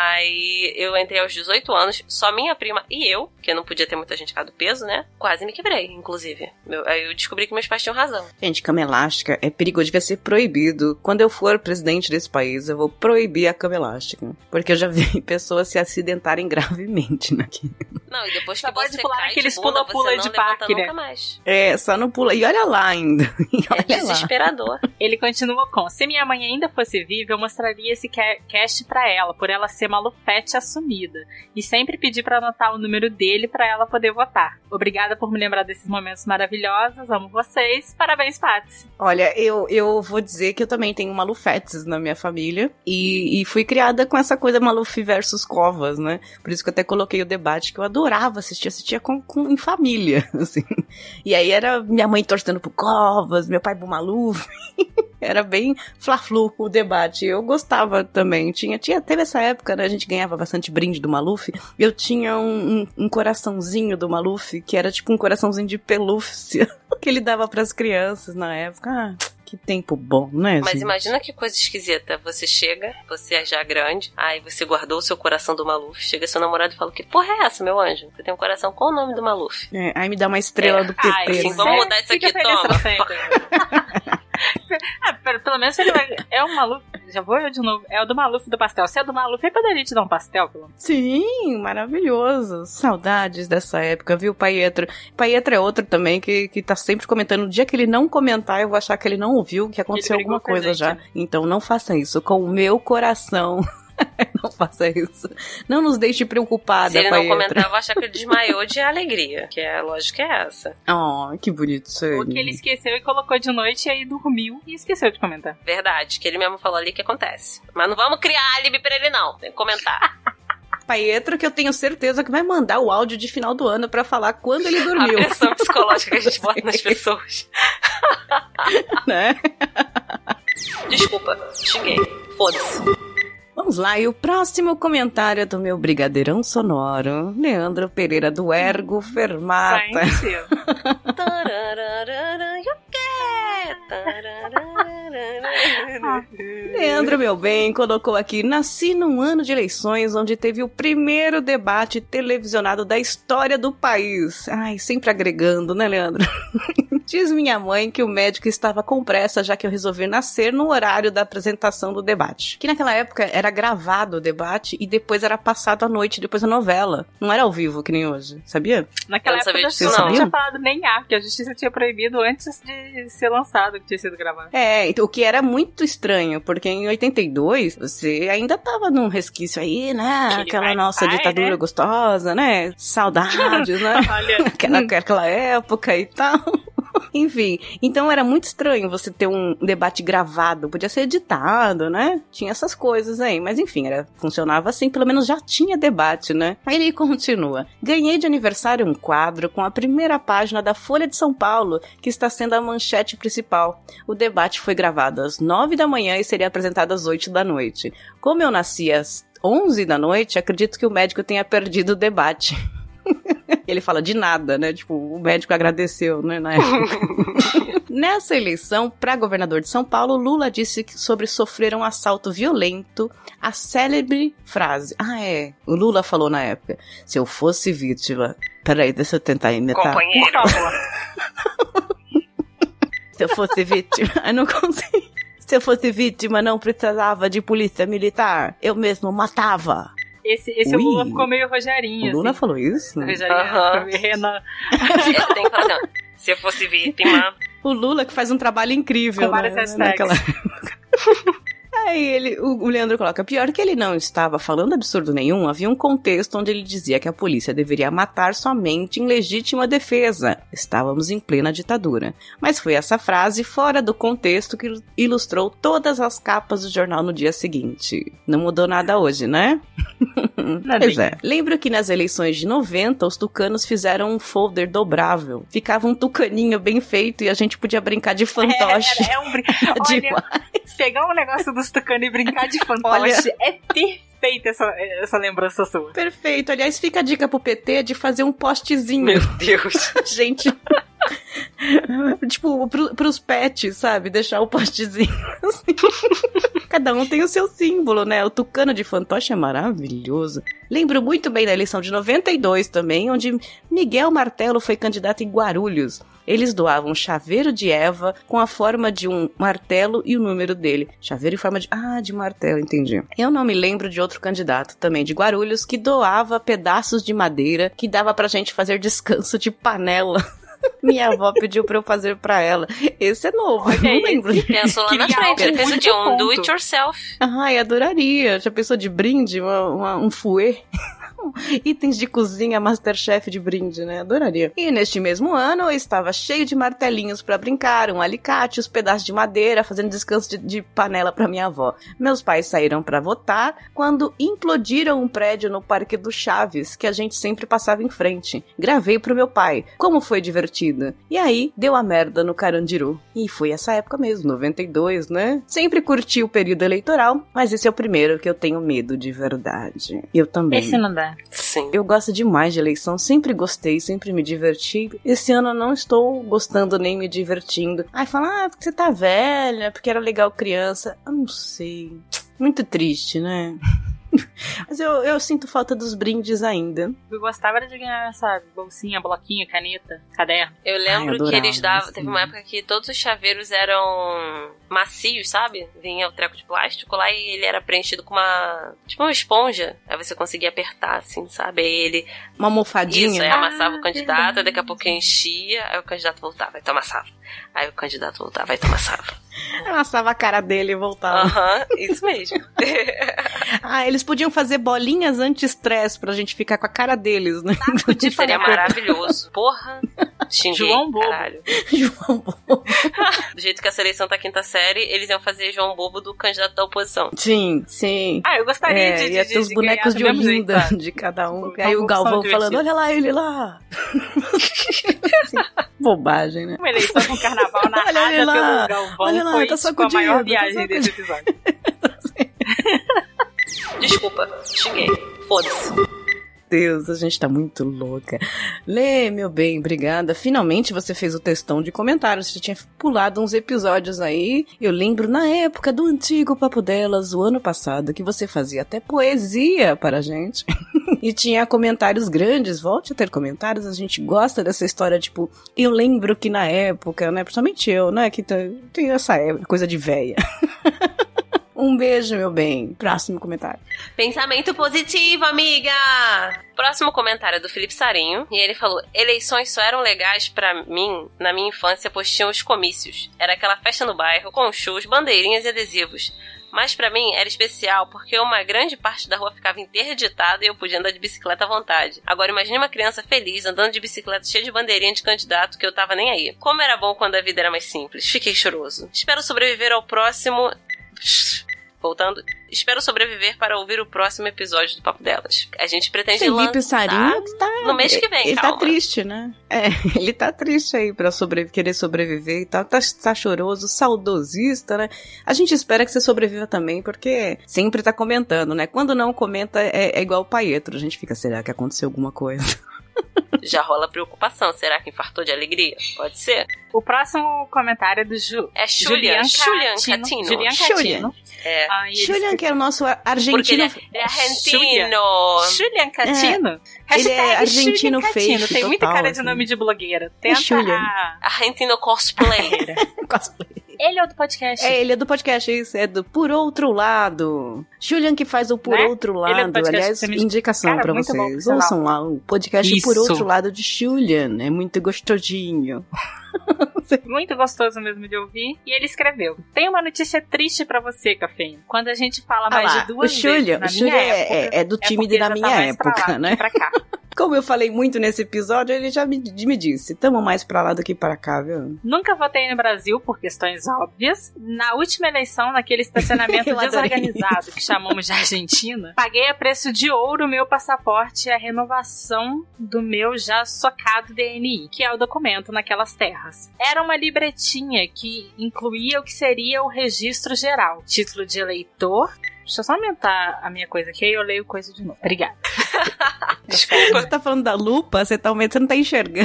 Aí eu entrei aos 18 anos, só minha prima e eu, que não podia ter muita gente cá do peso, né? Quase me quebrei, inclusive. Aí eu descobri que meus pais tinham razão. Gente, cama elástica é perigoso, devia ser proibido. Quando eu for presidente desse país, eu vou proibir a cama elástica. Porque eu já vi pessoas se acidentarem gravemente naquilo. Não, e depois só que você pular cai aqueles de bunda, pula-pula você não de levanta parque, nunca né? mais. Só não pula. E olha lá ainda. É desesperador. Ele continua com: se minha mãe ainda fosse viva, eu mostraria esse cast pra ela, por ela ser malufete assumida. E sempre pedir pra anotar o número dele pra ela poder votar. Obrigada por me lembrar desses momentos maravilhosos. Amo vocês. Parabéns, Patsy. Olha, eu vou dizer que eu também tenho malufetes na minha família. E fui criada com essa coisa Maluf versus Covas, né? Por isso que eu até coloquei o debate que eu adorava assistia em família, assim. E aí era minha mãe torcendo pro Covas, meu pai pro Maluf. Era bem fla-flu o debate. Eu gostava também. Teve essa época, né? A gente ganhava bastante brinde do Maluf. Eu tinha um coraçãozinho do Maluf, que era tipo um coraçãozinho de pelúcia, que ele dava pras crianças na época. Que tempo bom, né, Mas gente? imagina que coisa esquisita. Você chega, você é já grande, aí você guardou o seu coração do Maluf, chega seu namorado e fala: que porra é essa, meu anjo? Você tem um coração com o nome do Maluf. Aí me dá uma estrela do PT. Assim, né? vamos mudar isso aqui, toma. Pelo menos ele vai. É o Maluf. Já vou eu de novo. É o do Maluf do pastel. Se é do Maluf, aí poderia te dar um pastel, pelo menos. Sim, maravilhoso. Saudades dessa época, viu, Pietro? Pietro é outro também que tá sempre comentando. No dia que ele não comentar, eu vou achar que ele não ouviu, que aconteceu alguma coisa já. Então não faça isso com o meu coração. Não faça isso. Não nos deixe preocupada, Se ele Pietro. não comentar, eu vou achar que ele desmaiou de alegria. Que a lógica é essa. Oh, que bonito isso aí. Ou que ele esqueceu e colocou de noite e aí dormiu e esqueceu de comentar. Verdade, que ele mesmo falou ali que acontece. Mas não vamos criar álibi pra ele, não. Tem que comentar. Pietro, que eu tenho certeza que vai mandar o áudio de final do ano pra falar quando ele dormiu. A pressão psicológica que a gente bota nas pessoas. Né? Desculpa, xinguei. Foda-se. Vamos lá, e o próximo comentário é do meu brigadeirão sonoro, Leandro Pereira do Ergo Fermata. Leandro, meu bem, colocou aqui: nasci num ano de eleições onde teve o primeiro debate televisionado da história do país. Ai, sempre agregando, né, Leandro? Diz minha mãe que o médico estava com pressa, já que eu resolvi nascer no horário da apresentação do debate. Que naquela época era gravado o debate e depois era passado à noite, depois a novela. Não era ao vivo, que nem hoje. Sabia? Naquela época não tinha falado nem A, porque a justiça tinha proibido antes de ser lançado, que tinha sido gravado. O que era muito estranho, porque em 82 você ainda tava num resquício aí, né? Aquela nossa ditadura, né? Gostosa, né? Saudades, né? Aquela época e tal. Enfim, então era muito estranho você ter um debate gravado, podia ser editado, né? Tinha essas coisas aí, mas enfim, funcionava assim, pelo menos já tinha debate, né? Aí ele continua. Ganhei de aniversário um quadro com a primeira página da Folha de São Paulo, que está sendo a manchete principal. O debate foi gravado às 9 da manhã e seria apresentado às 8 da noite. Como eu nasci às 11 da noite, acredito que o médico tenha perdido o debate. Ele fala de nada, né? Tipo, o médico agradeceu, né? Na época. Nessa eleição, para governador de São Paulo, Lula disse sobre sofrer um assalto violento, a célebre frase. O Lula falou na época. Se eu fosse vítima... Peraí, deixa eu tentar imitar. Companheiro. Por favor. Se eu fosse vítima... Eu não consigo. Se eu fosse vítima, não precisava de polícia militar. Eu mesmo matava. Esse o Lula ficou meio Rogerinho. O Lula assim. falou isso? Rogerinho, Renan. Tem que fazer. Se eu fosse vítima. O Lula que faz um trabalho incrível. Com várias hashtags. Aí o Leandro coloca, pior que ele não estava falando absurdo nenhum, havia um contexto onde ele dizia que a polícia deveria matar somente em legítima defesa. Estávamos em plena ditadura. Mas foi essa frase fora do contexto que ilustrou todas as capas do jornal no dia seguinte. Não mudou nada hoje, né? Pois é. Lembro que nas eleições de 90, os tucanos fizeram um folder dobrável. Ficava um tucaninho bem feito e a gente podia brincar de fantoche. Olha, pegar um negócio dos tucanos e brincar de fantoche é perfeita essa lembrança sua. Perfeito. Aliás, fica a dica pro PT de fazer um postezinho. Meu Deus. Gente... tipo, pros pets, sabe? Deixar o postezinho assim. Cada um tem o seu símbolo, né? O tucano de fantoche é maravilhoso. Lembro muito bem da eleição de 92 também, onde Miguel Martello foi candidato em Guarulhos. Eles doavam um chaveiro de Eva com a forma de um martelo e o número dele. Chaveiro em forma de martelo, entendi. Eu não me lembro de outro candidato também de Guarulhos que doava pedaços de madeira que dava pra gente fazer descanso de panela. Minha avó pediu pra eu fazer pra ela. Esse é novo, eu não lembro. Pensou lá na frente, ele fez o quê? Um do it yourself. Ai, adoraria. Já pensou de brinde? Um fouet? Itens de cozinha Masterchef de brinde, né? Adoraria. E neste mesmo ano eu estava cheio de martelinhos pra brincar, um alicate, os pedaços de madeira, fazendo descanso de panela pra minha avó. Meus pais saíram pra votar quando implodiram um prédio no Parque do Chaves, que a gente sempre passava em frente. Gravei pro meu pai. Como foi divertido. E aí, deu a merda no Carandiru. E foi essa época mesmo, 92, né? Sempre curti o período eleitoral, mas esse é o primeiro que eu tenho medo de verdade. Eu também. Esse não dá. Sim. Eu gosto demais de eleição, sempre gostei, sempre me diverti. Esse ano eu não estou gostando nem me divertindo. Ai, fala, porque você tá velha, porque era legal criança. Eu não sei. Muito triste, né? Mas eu sinto falta dos brindes ainda. Eu gostava de ganhar, sabe, bolsinha, bloquinho, caneta, caderno. Eu lembro que eles davam... Teve uma época que todos os chaveiros eram macios, sabe? Vinha o treco de plástico lá e ele era preenchido com uma esponja. Aí você conseguia apertar, assim, sabe? Aí ele... Uma almofadinha. Isso, aí amassava o candidato, aí daqui a pouco enchia, aí o candidato voltava, aí tu amassava. Aí o candidato voltava, aí tu amassava. Amassava a cara dele e voltava. Isso mesmo. Eles podiam fazer bolinhas anti-estresse pra gente ficar com a cara deles, né? Seria maravilhoso. Porra. Xinguei, João Bobo. caralho. João Bobo. Do jeito que a seleção tá quinta série, eles iam fazer João Bobo do candidato da oposição. Sim, sim. Eu gostaria de ia ter os bonecos de Olinda de cada um. Aí o Galvão falando, olha lá ele lá. Assim, bobagem, né? Uma eleição com carnaval narrada pelo Galvão. Olha lá, foi tá sacudindo, a maior viagem desse episódio. Desculpa, xinguei. Foda-se. Deus, a gente tá muito louca. Lê, meu bem, obrigada. Finalmente você fez o textão de comentários. Você tinha pulado uns episódios aí. Eu lembro na época do antigo Papo Delas, o ano passado, que você fazia até poesia para a gente. E tinha comentários grandes. Volte a ter comentários. A gente gosta dessa história, tipo, eu lembro que na época, né? Principalmente eu, né? Que tem essa coisa de véia. Um beijo, meu bem. Próximo comentário. Pensamento positivo, amiga! Próximo comentário é do Felipe Sarinho. E ele falou: eleições só eram legais pra mim na minha infância, pois tinham os comícios. Era aquela festa no bairro, com shows, bandeirinhas e adesivos. Mas pra mim era especial porque uma grande parte da rua ficava interditada e eu podia andar de bicicleta à vontade. Agora imagine uma criança feliz andando de bicicleta cheia de bandeirinha de candidato que eu tava nem aí. Como era bom quando a vida era mais simples. Fiquei choroso. Espero sobreviver ao próximo... Voltando, espero sobreviver para ouvir o próximo episódio do Papo Delas. A gente pretende Felipe Sarinho tá no mês que vem, ele calma. Tá triste, né? Ele tá triste aí pra querer sobreviver e tal. Tá choroso, saudosista, né? A gente espera que você sobreviva também, porque sempre tá comentando, né? Quando não comenta, é igual o Paietro. A gente fica, será que aconteceu alguma coisa? Já rola preocupação. Será que infartou de alegria? Pode ser. O próximo comentário é do Julian Catino. Julian, que é o nosso argentino. Porque ele é argentino. Julian Catino? Ele é argentino fake. Tem muita cara de nome de blogueira. Tenta Argentino cosplayer. Ele é o do podcast. Ele é do podcast, isso. É do Por Outro Lado. Julian que faz o Por Outro Lado. Aliás, indicação pra vocês. Ouçam lá o podcast Por Outro Lado de Julian. É muito gostosinho. Muito gostoso mesmo de ouvir. E ele escreveu: tem uma notícia triste pra você, Cafeína. Quando a gente fala mais de duas vezes na minha época, é do time da minha época, né? Pra cá. Como eu falei muito nesse episódio, ele já me disse, tamo mais pra lá do que pra cá, viu? Nunca votei no Brasil por questões óbvias. Na última eleição, naquele estacionamento desorganizado que chamamos de Argentina, paguei a preço de ouro o meu passaporte e a renovação do meu já socado DNI, que é o documento naquelas terras. Era uma libretinha que incluía o que seria o registro geral, título de eleitor. Deixa eu só aumentar a minha coisa aqui e eu leio coisa de novo. Obrigada. Desculpa. Você tá falando da lupa, você não tá enxergando.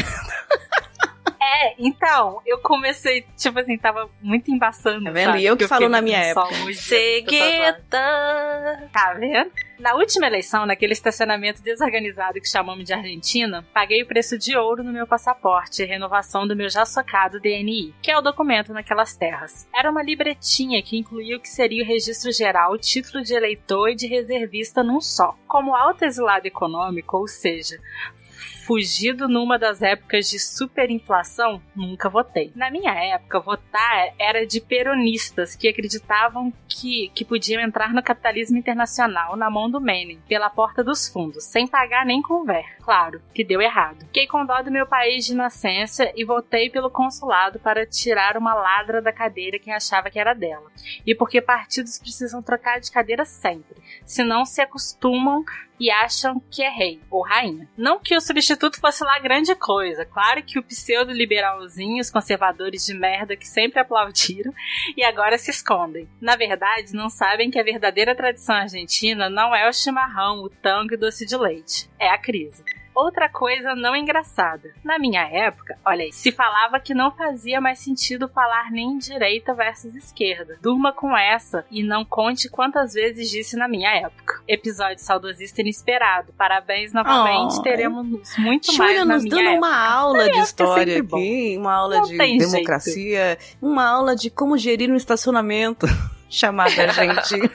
Então, eu comecei, tipo assim, tava muito embaçando. Tá vendo? E eu que falo na minha época. Cegueta. Tá vendo? Na última eleição, naquele estacionamento desorganizado que chamamos de Argentina, paguei o preço de ouro no meu passaporte e renovação do meu já socado DNI, que é o documento naquelas terras. Era uma libretinha que incluía o que seria o registro geral, título de eleitor e de reservista num só. Como alto exilado econômico, ou seja, fugido numa das épocas de superinflação, nunca votei. Na minha época, votar era de peronistas que acreditavam que podiam entrar no capitalismo internacional na mão do Menem, pela porta dos fundos, sem pagar nem conver. Claro, que deu errado. Fiquei com dó do meu país de nascença e votei pelo consulado para tirar uma ladra da cadeira que achava que era dela. E porque partidos precisam trocar de cadeira sempre, senão se acostumam e acham que é rei ou rainha. Não que o substituto fosse lá grande coisa. Claro que o pseudo-liberalzinho, os conservadores de merda que sempre aplaudiram e agora se escondem. Na verdade, não sabem que a verdadeira tradição argentina não é o chimarrão, o tango e o doce de leite. É a crise. Outra coisa não engraçada. Na minha época, olha aí, se falava que não fazia mais sentido falar nem direita versus esquerda. Durma com essa e não conte quantas vezes disse na minha época. Episódio saudosista inesperado. Parabéns novamente, teremos muito mais na minha época. nos dando uma aula de história aqui, uma aula de democracia, uma aula de como gerir um estacionamento chamado Argentina.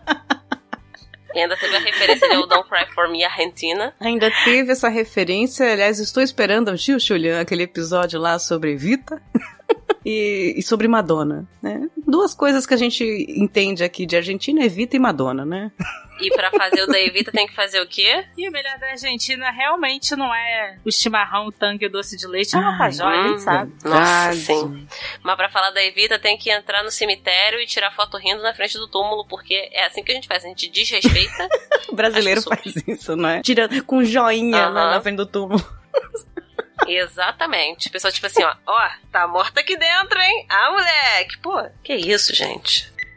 E ainda teve a referência de Don't Cry For Me, Argentina. Ainda teve essa referência. Aliás, estou esperando, Julian, aquele episódio lá sobre Evita e sobre Madonna, né? Duas coisas que a gente entende aqui de Argentina, Evita e Madonna, né? E pra fazer o da Evita tem que fazer o quê? E o melhor da Argentina realmente não é o chimarrão, o tangue e o doce de leite, é uma pajola, a gente sabe. Nossa, sim. Mas pra falar da Evita tem que entrar no cemitério e tirar foto rindo na frente do túmulo, porque é assim que a gente faz, a gente desrespeita. O brasileiro faz isso, né? Tira com joinha na frente do túmulo. Exatamente. O pessoal tipo assim, ó, tá morta aqui dentro, hein? Ah, moleque, pô, que isso, gente?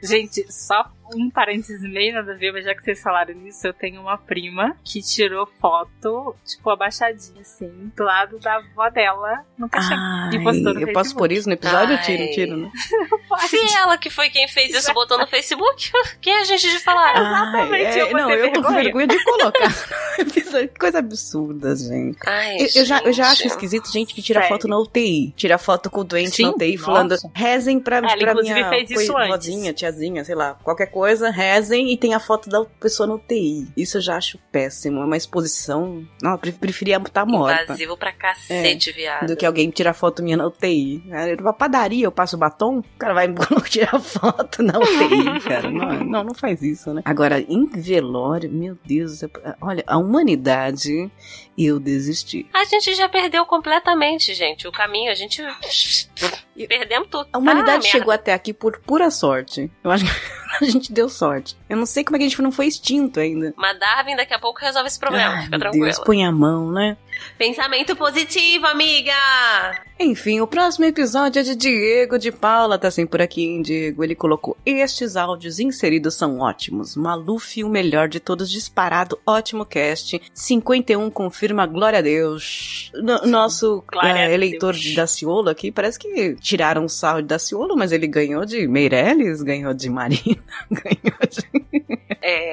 Gente, só um parênteses meio nada a ver, mas já que vocês falaram nisso, eu tenho uma prima que tirou foto, tipo, abaixadinha, assim, do lado da avó dela no caixão. E postou no Facebook. Eu posso pôr isso no episódio? Eu tiro, né? Se ela que foi quem fez isso, botou no Facebook, quem é a gente de falar? Exatamente. Eu tô com vergonha de colocar. Que coisa absurda, gente. Eu já acho esquisito gente que tira foto na UTI. Tira foto com o doente na UTI, falando, rezem pra minha fez isso vozinha, tiazinha, sei lá, qualquer coisa, rezem e tem a foto da pessoa na UTI. Isso eu já acho péssimo. É uma exposição. Não, eu preferia estar morta. Invasivo pra cacete, viado. Do que alguém tirar foto minha na UTI. Numa padaria, eu passo batom, o cara vai tirar foto na UTI, cara. Não faz isso, né? Agora, em velório, meu Deus, olha, a humanidade, eu desisti. A gente já perdeu completamente, gente. O caminho, a gente perdemos tudo. A humanidade chegou até aqui por pura sorte. Eu acho que a gente deu sorte. Eu não sei como é que a gente não foi extinto ainda. Mas Darwin daqui a pouco resolve esse problema. Fica tranquilo. Deus, põe a mão, né? Pensamento positivo, amiga! Enfim, o próximo episódio é de Diego de Paula. Tá sempre por aqui, hein, Diego? Ele colocou: estes áudios inseridos são ótimos. Maluf, o melhor de todos, disparado. Ótimo cast. 51 confirma, glória a Deus. Nosso eleitor de Daciolo aqui, parece que tiraram o sarro de Daciolo, mas ele ganhou de Meirelles, ganhou de Marina, ganhou de...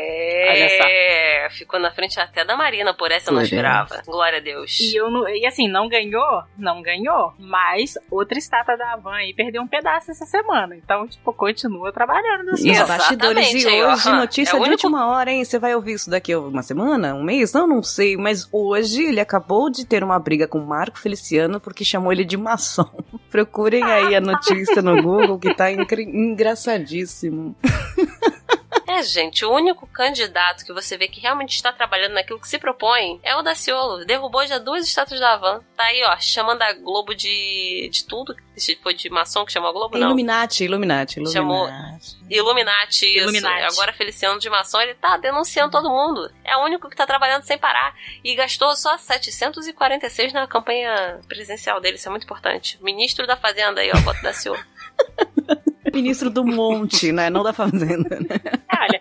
Ficou na frente até da Marina, por essa eu não esperava. Glória a Deus. E assim, não ganhou, mas outra estátua da Havan aí perdeu um pedaço essa semana. Então, tipo, continua trabalhando nos bastidores. E hoje, notícia de última hora, hein? Você vai ouvir isso daqui uma semana? Um mês? Não sei. Mas hoje ele acabou de ter uma briga com o Marco Feliciano porque chamou ele de maçom. Procurem aí a notícia no Google que tá engraçadíssimo. Gente, o único candidato que você vê que realmente está trabalhando naquilo que se propõe é o Daciolo. Derrubou já 2 estátuas da Havan. Tá aí, ó, chamando a Globo de tudo. Se foi de maçom que chamou a Globo, não. Illuminati. Chamou Illuminati. Agora Feliciano de maçom, ele tá denunciando todo mundo. É o único que tá trabalhando sem parar. E gastou só 746 na campanha presidencial dele. Isso é muito importante. Ministro da Fazenda aí, ó, voto Daciolo. Ministro do Monte, né? Não da Fazenda, né? Olha.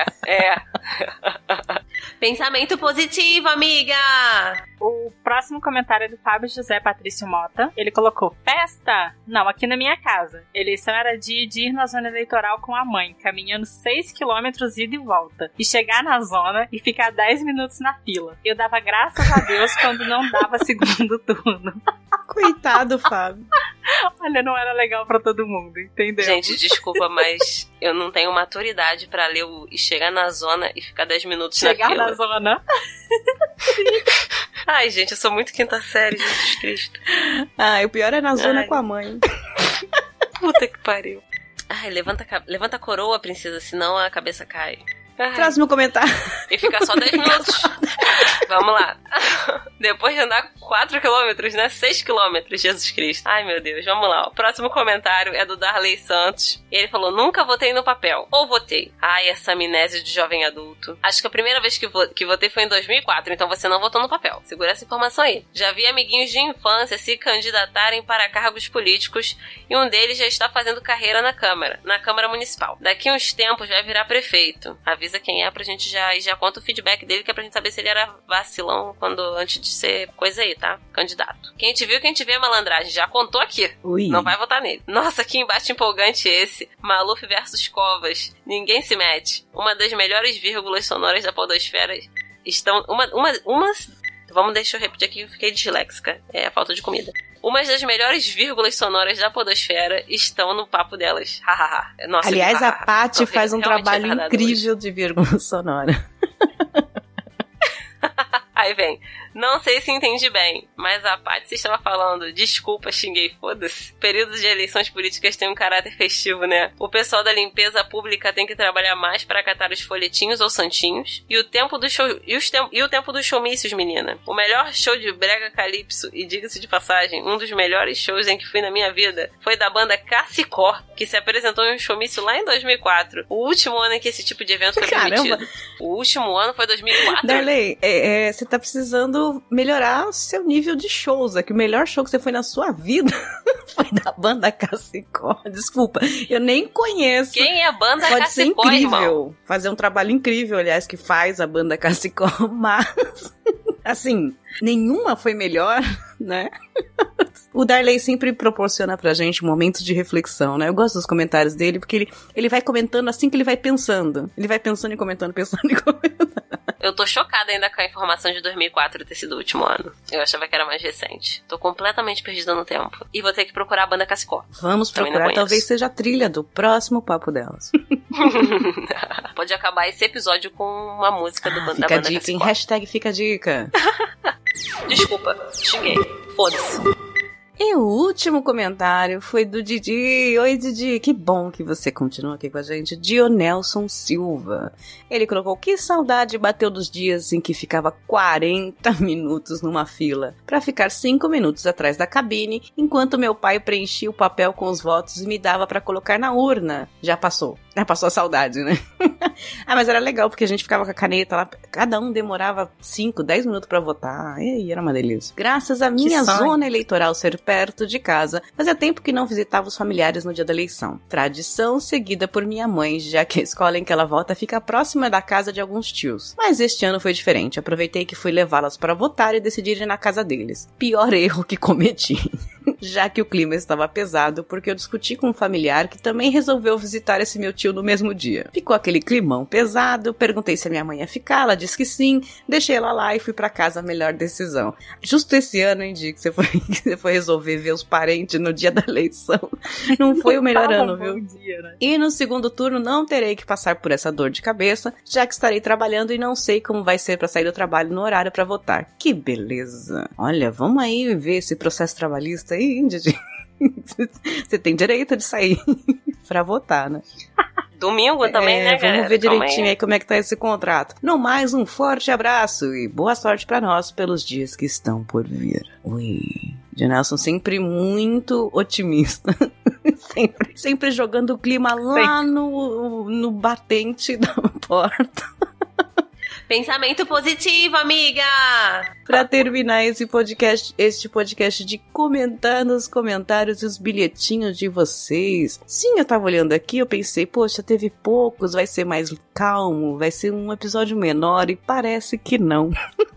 Pensamento positivo, amiga! O próximo comentário é do Fábio José Patrício Mota. Ele colocou: festa? Não, aqui na minha casa. Eleição era de ir na zona eleitoral com a mãe, caminhando 6 quilômetros ida e volta. E chegar na zona e ficar 10 minutos na fila. Eu dava graças a Deus quando não dava segundo turno. Coitado, Fábio. Olha, não era legal pra todo mundo, entendeu? Gente, desculpa, mas eu não tenho maturidade pra ler e chegar na zona e ficar 10 minutos na fila. Chegar na zona? Ai, gente, eu sou muito quinta série, Jesus Cristo. O pior é na zona com a mãe. Puta que pariu. Ai, levanta a coroa, princesa, senão a cabeça cai. Próximo comentário. E ficar só 10 minutos. Vamos lá. Depois de andar 4 quilômetros, né? 6 quilômetros, Jesus Cristo. Ai, meu Deus. Vamos lá. O próximo comentário é do Darley Santos. E ele falou: nunca votei no papel. Ou votei. Ai, essa amnésia de jovem adulto. Acho que a primeira vez que votei foi em 2004. Então você não votou no papel. Segura essa informação aí. Já vi amiguinhos de infância se candidatarem para cargos políticos. E um deles já está fazendo carreira na Câmara Municipal. Daqui uns tempos vai virar prefeito. Avisa quem é pra gente já conta o feedback dele, que é pra gente saber se ele era vacilão antes de ser coisa aí, tá? Candidato. Quem te viu, quem te vê, malandragem. Já contou aqui. Ui. Não vai votar nele. Nossa, que embate empolgante esse. Maluf versus Covas. Ninguém se mete. Uma das melhores vírgulas sonoras da podosfera estão... deixa eu repetir aqui, eu fiquei disléxica. É a falta de comida. Umas das melhores vírgulas sonoras da podosfera estão no papo delas. Nossa, aliás, a Paty faz um trabalho incrível de vírgula sonora. Aí vem: não sei se entendi bem, mas a Paty estava falando, desculpa, xinguei, foda-se. Períodos de eleições políticas têm um caráter festivo, né? O pessoal da limpeza pública tem que trabalhar mais para catar os folhetinhos ou santinhos. E o tempo do show, o tempo dos showmícios, menina. O melhor show de brega calypso, e diga-se de passagem, um dos melhores shows em que fui na minha vida, foi da banda Cassicó, que se apresentou em um showmício lá em 2004. O último ano em que esse tipo de evento foi permitido. O último ano foi 2004. Darley, você tá tá precisando melhorar seu nível de shows. É que o melhor show que você foi na sua vida foi da banda Cacicó. Desculpa, eu nem conheço. Quem é a banda Cacicó, Pode ser incrível. Irmão? Fazer um trabalho incrível, aliás, que faz a banda Cacicó, mas... Assim, nenhuma foi melhor, né? O Darley sempre proporciona pra gente momentos de reflexão, né? Eu gosto dos comentários dele, porque ele vai comentando assim que ele vai pensando. Ele vai pensando e comentando, pensando e comentando. Eu tô chocada ainda com a informação de 2004 ter sido o último ano. Eu achava que era mais recente. Tô completamente perdida no tempo. E vou ter que procurar a banda Cacicó. Vamos procurar, talvez seja a trilha do próximo Papo Delas. Pode acabar esse episódio com uma música da banda Fica a dica, Cacicó. hein? Hashtag fica a dica. Desculpa, xinguei. Foda-se. E o último comentário foi do Didi. Oi, Didi, que bom que você continua aqui com a gente. Dionelson Silva. Ele colocou: que saudade bateu dos dias em que ficava 40 minutos numa fila pra ficar 5 minutos atrás da cabine, enquanto meu pai preenchia o papel com os votos e me dava pra colocar na urna. Já passou a saudade, né? Mas era legal, porque a gente ficava com a caneta lá, cada um demorava 5, 10 minutos pra votar, e aí era uma delícia. Graças à minha zona eleitoral ser perto de casa, fazia tempo que não visitava os familiares no dia da eleição. Tradição seguida por minha mãe, já que a escola em que ela vota fica próxima da casa de alguns tios. Mas este ano foi diferente, aproveitei que fui levá-las para votar e decidir ir na casa deles. Pior erro que cometi. Já que o clima estava pesado, porque eu discuti com um familiar que também resolveu visitar esse meu tio no mesmo dia. Ficou aquele climão pesado, perguntei se a minha mãe ia ficar, ela disse que sim, deixei ela lá e fui pra casa, a melhor decisão. Justo esse ano, hein, Di, que você foi resolver ver os parentes no dia da eleição. Não foi o melhor ano, viu? Dia, né? E no segundo turno não terei que passar por essa dor de cabeça, já que estarei trabalhando e não sei como vai ser pra sair do trabalho no horário pra votar. Que beleza! Olha, vamos aí ver esse processo trabalhista aí, Didi. Você tem direito de sair pra votar, né? Domingo também, né, galera? Vamos ver direitinho aí como é que tá esse contrato. No mais, um forte abraço e boa sorte pra nós pelos dias que estão por vir. Ui, Dionelson sempre muito otimista. sempre jogando o clima lá no batente da porta. Pensamento positivo, amiga! Pra terminar este podcast de comentar nos comentários os bilhetinhos de vocês. Sim, eu tava olhando aqui, eu pensei, poxa, teve poucos, vai ser mais calmo, vai ser um episódio menor, e parece que não.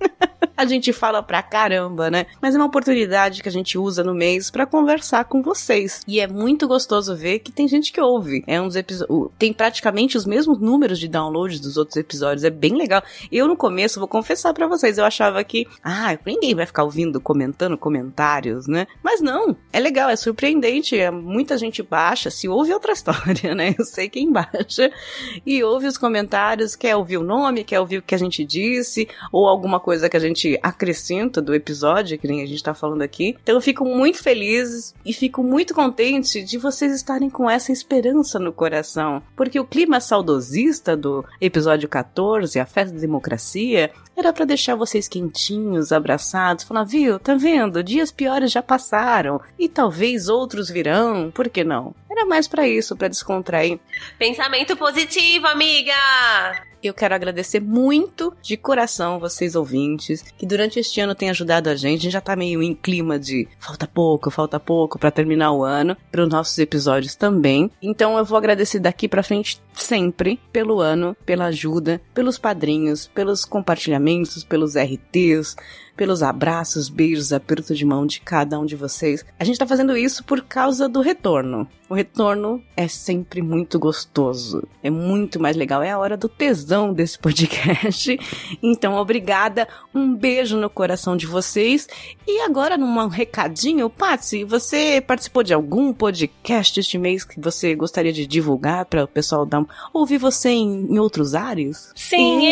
A gente fala pra caramba, né? Mas é uma oportunidade que a gente usa no mês pra conversar com vocês. E é muito gostoso ver que tem gente que ouve. Tem praticamente os mesmos números de downloads dos outros episódios. É bem legal. Eu, no começo, vou confessar pra vocês, eu achava que, ninguém vai ficar ouvindo, comentando comentários, né? Mas não, é legal, é surpreendente. Muita gente baixa, se ouve outra história, né? Eu sei quem baixa e ouve os comentários, quer ouvir o nome, quer ouvir o que a gente disse, ou alguma coisa que a gente acrescenta do episódio, que nem a gente tá falando aqui. Então eu fico muito feliz e fico muito contente de vocês estarem com essa esperança no coração, porque o clima saudosista do episódio 14, a festa da democracia, era pra deixar vocês quentinhos, abraçados, falar, viu, tá vendo? Dias piores já passaram e talvez outros virão, por que não? Era mais pra isso, pra descontrair. Pensamento positivo, amiga! Eu quero agradecer muito de coração vocês ouvintes, que durante este ano têm ajudado a gente já tá meio em clima de falta pouco pra terminar o ano, para os nossos episódios também. Então eu vou agradecer daqui pra frente sempre pelo ano, pela ajuda, pelos padrinhos, pelos compartilhamentos, pelos RTs, pelos abraços, beijos, aperto de mão de cada um de vocês. A gente tá fazendo isso por causa do retorno. O retorno é sempre muito gostoso. É muito mais legal. É a hora do tesão desse podcast. Então, obrigada. Um beijo no coração de vocês. E agora, num recadinho, Patsy, você participou de algum podcast este mês que você gostaria de divulgar para o pessoal ouvir você em outros áreas? Sim!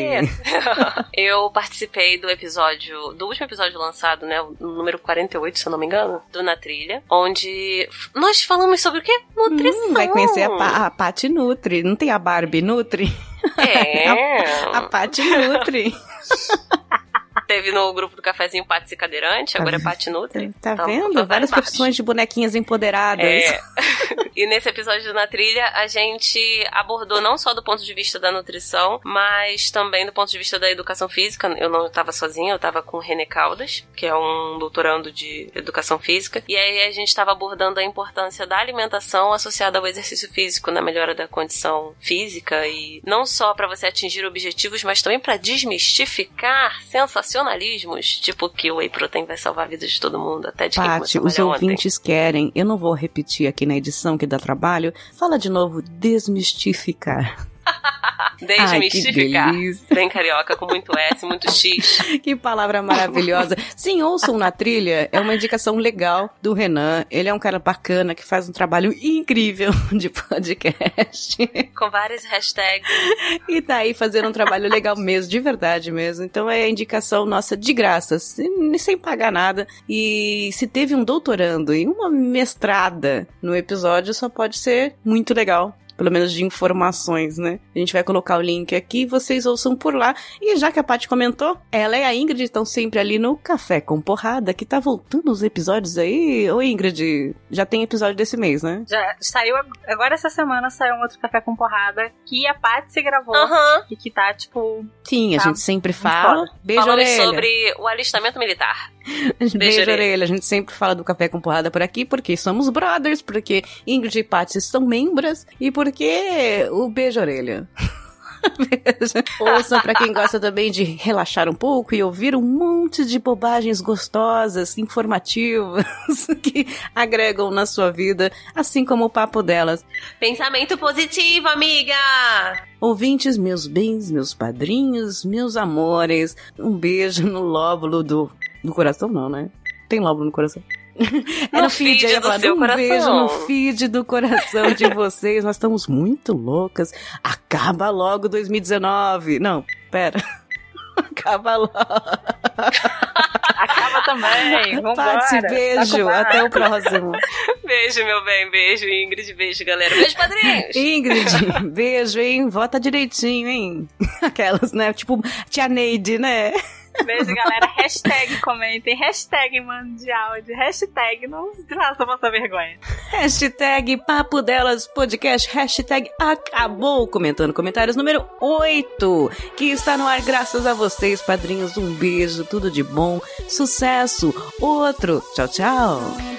Eu participei do último episódio lançado, né? O número 48, se eu não me engano, do Na Trilha, onde nós falamos sobre o quê? Nutrição. Vai conhecer a Paty Nutri. Não tem a Barbie Nutri? É. a Paty Nutri. Teve no grupo do Cafezinho Paty Cadeirante, agora é Paty Nutri. Tá vendo? Várias profissões de bonequinhas empoderadas. E nesse episódio Na Trilha, a gente abordou não só do ponto de vista da nutrição, mas também do ponto de vista da educação física. Eu não estava sozinha, eu estava com o René Caldas, que é um doutorando de educação física. E aí a gente estava abordando a importância da alimentação associada ao exercício físico na melhora da condição física, e não só para você atingir objetivos, mas também para desmistificar sensacionalismos, tipo que o whey protein vai salvar a vida de todo mundo, até de quem começou a malhar os ouvintes querem, eu não vou repetir aqui na edição que dá trabalho, fala de novo, desmistificar. Desmistificar. Ai, que delícia. Bem carioca, com muito S, muito X. Que palavra maravilhosa. Sim, ouçam Na Trilha, é uma indicação legal do Renan. Ele é um cara bacana que faz um trabalho incrível de podcast. Com várias hashtags. E tá aí fazendo um trabalho legal mesmo, de verdade mesmo. Então é a indicação nossa de graça, sem pagar nada. E se teve um doutorando e uma mestrada no episódio, só pode ser muito legal. Pelo menos de informações, né? A gente vai colocar o link aqui, vocês ouçam por lá. E já que a Paty comentou, ela e a Ingrid estão sempre ali no Café com Porrada, que tá voltando os episódios aí. Ô Ingrid, já tem episódio desse mês, né? Já saiu, agora essa semana saiu um outro Café com Porrada que a Paty se gravou. E que tá, tipo... Sim, tá, a gente sempre fala. Beijo, falando orelha. sobre o alistamento militar. Beijo, orelha. A gente sempre fala do Café com Porrada por aqui, porque somos brothers, porque Ingrid e Paty são membros e porque o beijo, orelha. Ouçam pra quem gosta também de relaxar um pouco e ouvir um monte de bobagens gostosas, informativas, que agregam na sua vida, assim como o papo delas. Pensamento positivo, amiga! Ouvintes, meus bens, meus padrinhos, meus amores, um beijo no lóbulo do coração não, né? Tem lóbulo no coração. No feed aí, do seu coração. Beijo no feed do coração de vocês. Nós estamos muito loucas. Acaba logo 2019. Não, pera. Acaba logo. Acaba também. Vambora. Paty, beijo. Até o próximo. Beijo, meu bem. Beijo, Ingrid. Beijo, galera. Beijo, padrinhos. Ingrid, beijo, hein? Vota direitinho, hein? Aquelas, né? Tipo, tia Neide, né? Beijo, galera. Hashtag comentem. Hashtag mano de áudio. Hashtag não faça passar vergonha. Hashtag Papo Delas Podcast. Hashtag acabou. Comentando comentários número 8. Que está no ar graças a vocês, padrinhos. Um beijo, tudo de bom. Sucesso. Outro. Tchau, tchau.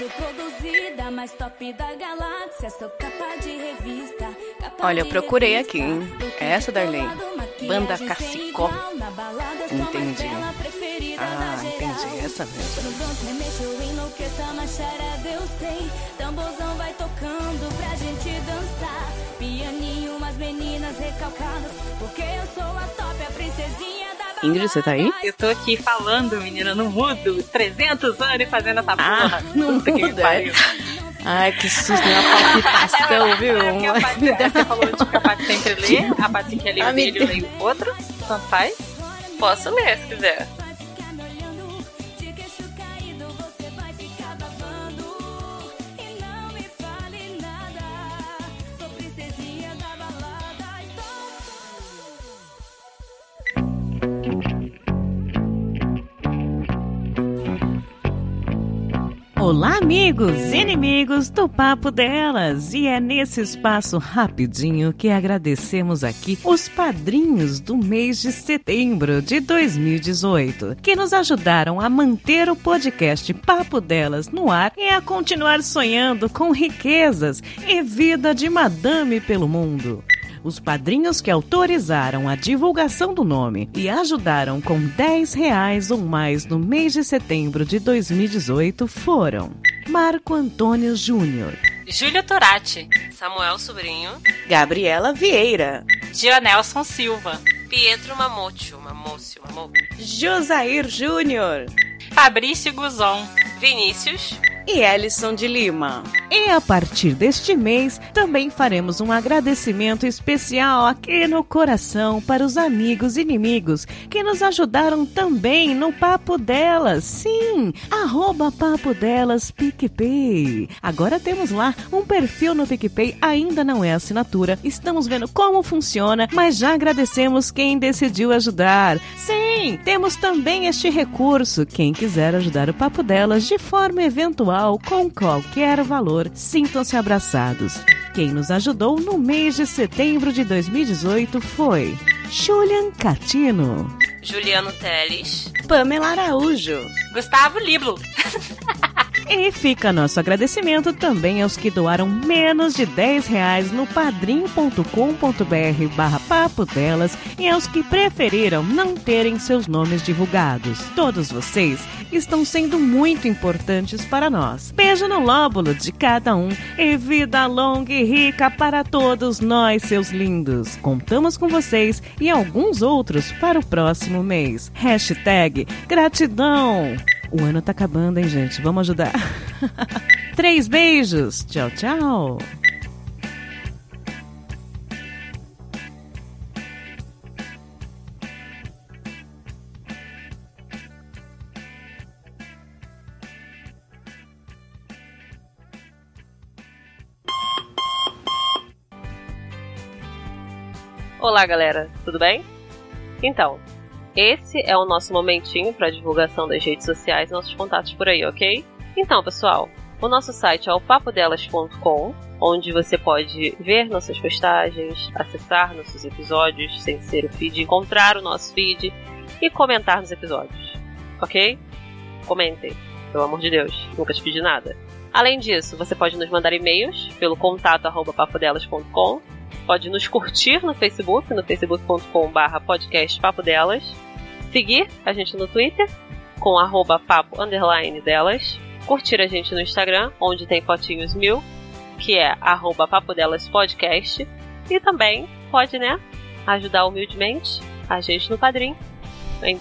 Olha, eu procurei aqui, hein? É essa, Darlene? Banda Cacicó. Entendi. Ah, entendi. Essa mesmo. Ingrid, você tá aí? Eu tô aqui falando, menina, no mudo. 300 anos fazendo essa porra. Não muda. Ai, que susto, uma palpitação, viu? Você falou de que a Paty sempre lê, a Paty quer ler um dele, eu leio outro, tanto faz. Posso ler, se quiser. Olá, amigos e inimigos do Papo Delas! E é nesse espaço rapidinho que agradecemos aqui os padrinhos do mês de setembro de 2018, que nos ajudaram a manter o podcast Papo Delas no ar e a continuar sonhando com riquezas e vida de madame pelo mundo. Os padrinhos que autorizaram a divulgação do nome e ajudaram com R$10 ou mais no mês de setembro de 2018 foram Marco Antônio Júnior, Júlia Torati, Samuel Sobrinho, Gabriela Vieira, Dionelson Silva, Pietro Mamócio, Josair Júnior, Fabrício Guzon, Vinícius e Ellison de Lima. E a partir deste mês, também faremos um agradecimento especial aqui no coração para os amigos e inimigos que nos ajudaram também no Papo Delas. Sim, @Papo Delas PicPay. Agora temos lá um perfil no PicPay, ainda não é assinatura. Estamos vendo como funciona, mas já agradecemos quem decidiu ajudar. Sim, sim, temos também este recurso. Quem quiser ajudar o Papo Delas de forma eventual, com qualquer valor, sintam-se abraçados. Quem nos ajudou no mês de setembro de 2018 foi Julian Catino, Juliano Teles, Pamela Araújo, Gustavo Liblo. E fica nosso agradecimento também aos que doaram menos de R$10 no padrim.com.br/Papo Delas e aos que preferiram não terem seus nomes divulgados. Todos vocês estão sendo muito importantes para nós. Beijo no lóbulo de cada um e vida longa e rica para todos nós, seus lindos. Contamos com vocês e alguns outros para o próximo mês. #gratidão. O ano tá acabando, hein, gente? Vamos ajudar. 3 beijos. Tchau, tchau. Olá, galera. Tudo bem? Então, esse é o nosso momentinho para divulgação das redes sociais e nossos contatos por aí, ok? Então, pessoal, o nosso site é o papodelas.com, onde você pode ver nossas postagens, acessar nossos episódios sem ser o feed, encontrar o nosso feed e comentar nos episódios, ok? Comentem, pelo amor de Deus, nunca te pedi nada. Além disso, você pode nos mandar e-mails pelo contato@papodelas.com, pode nos curtir no Facebook, no facebook.com/podcastpapodelas, seguir a gente no Twitter, com @papo_delas, curtir a gente no Instagram, onde tem fotinhos 1000, que é @papodelaspodcast, e também pode, ajudar humildemente a gente no Padrim, em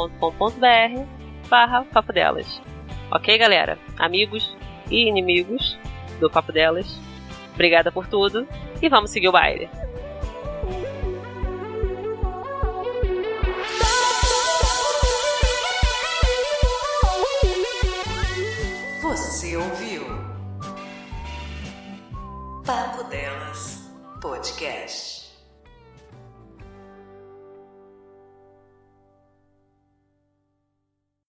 padrim.com.br/papodelas. Ok, galera? Amigos e inimigos do Papo Delas, obrigada por tudo e vamos seguir o baile. Você ouviu Papo Delas Podcast.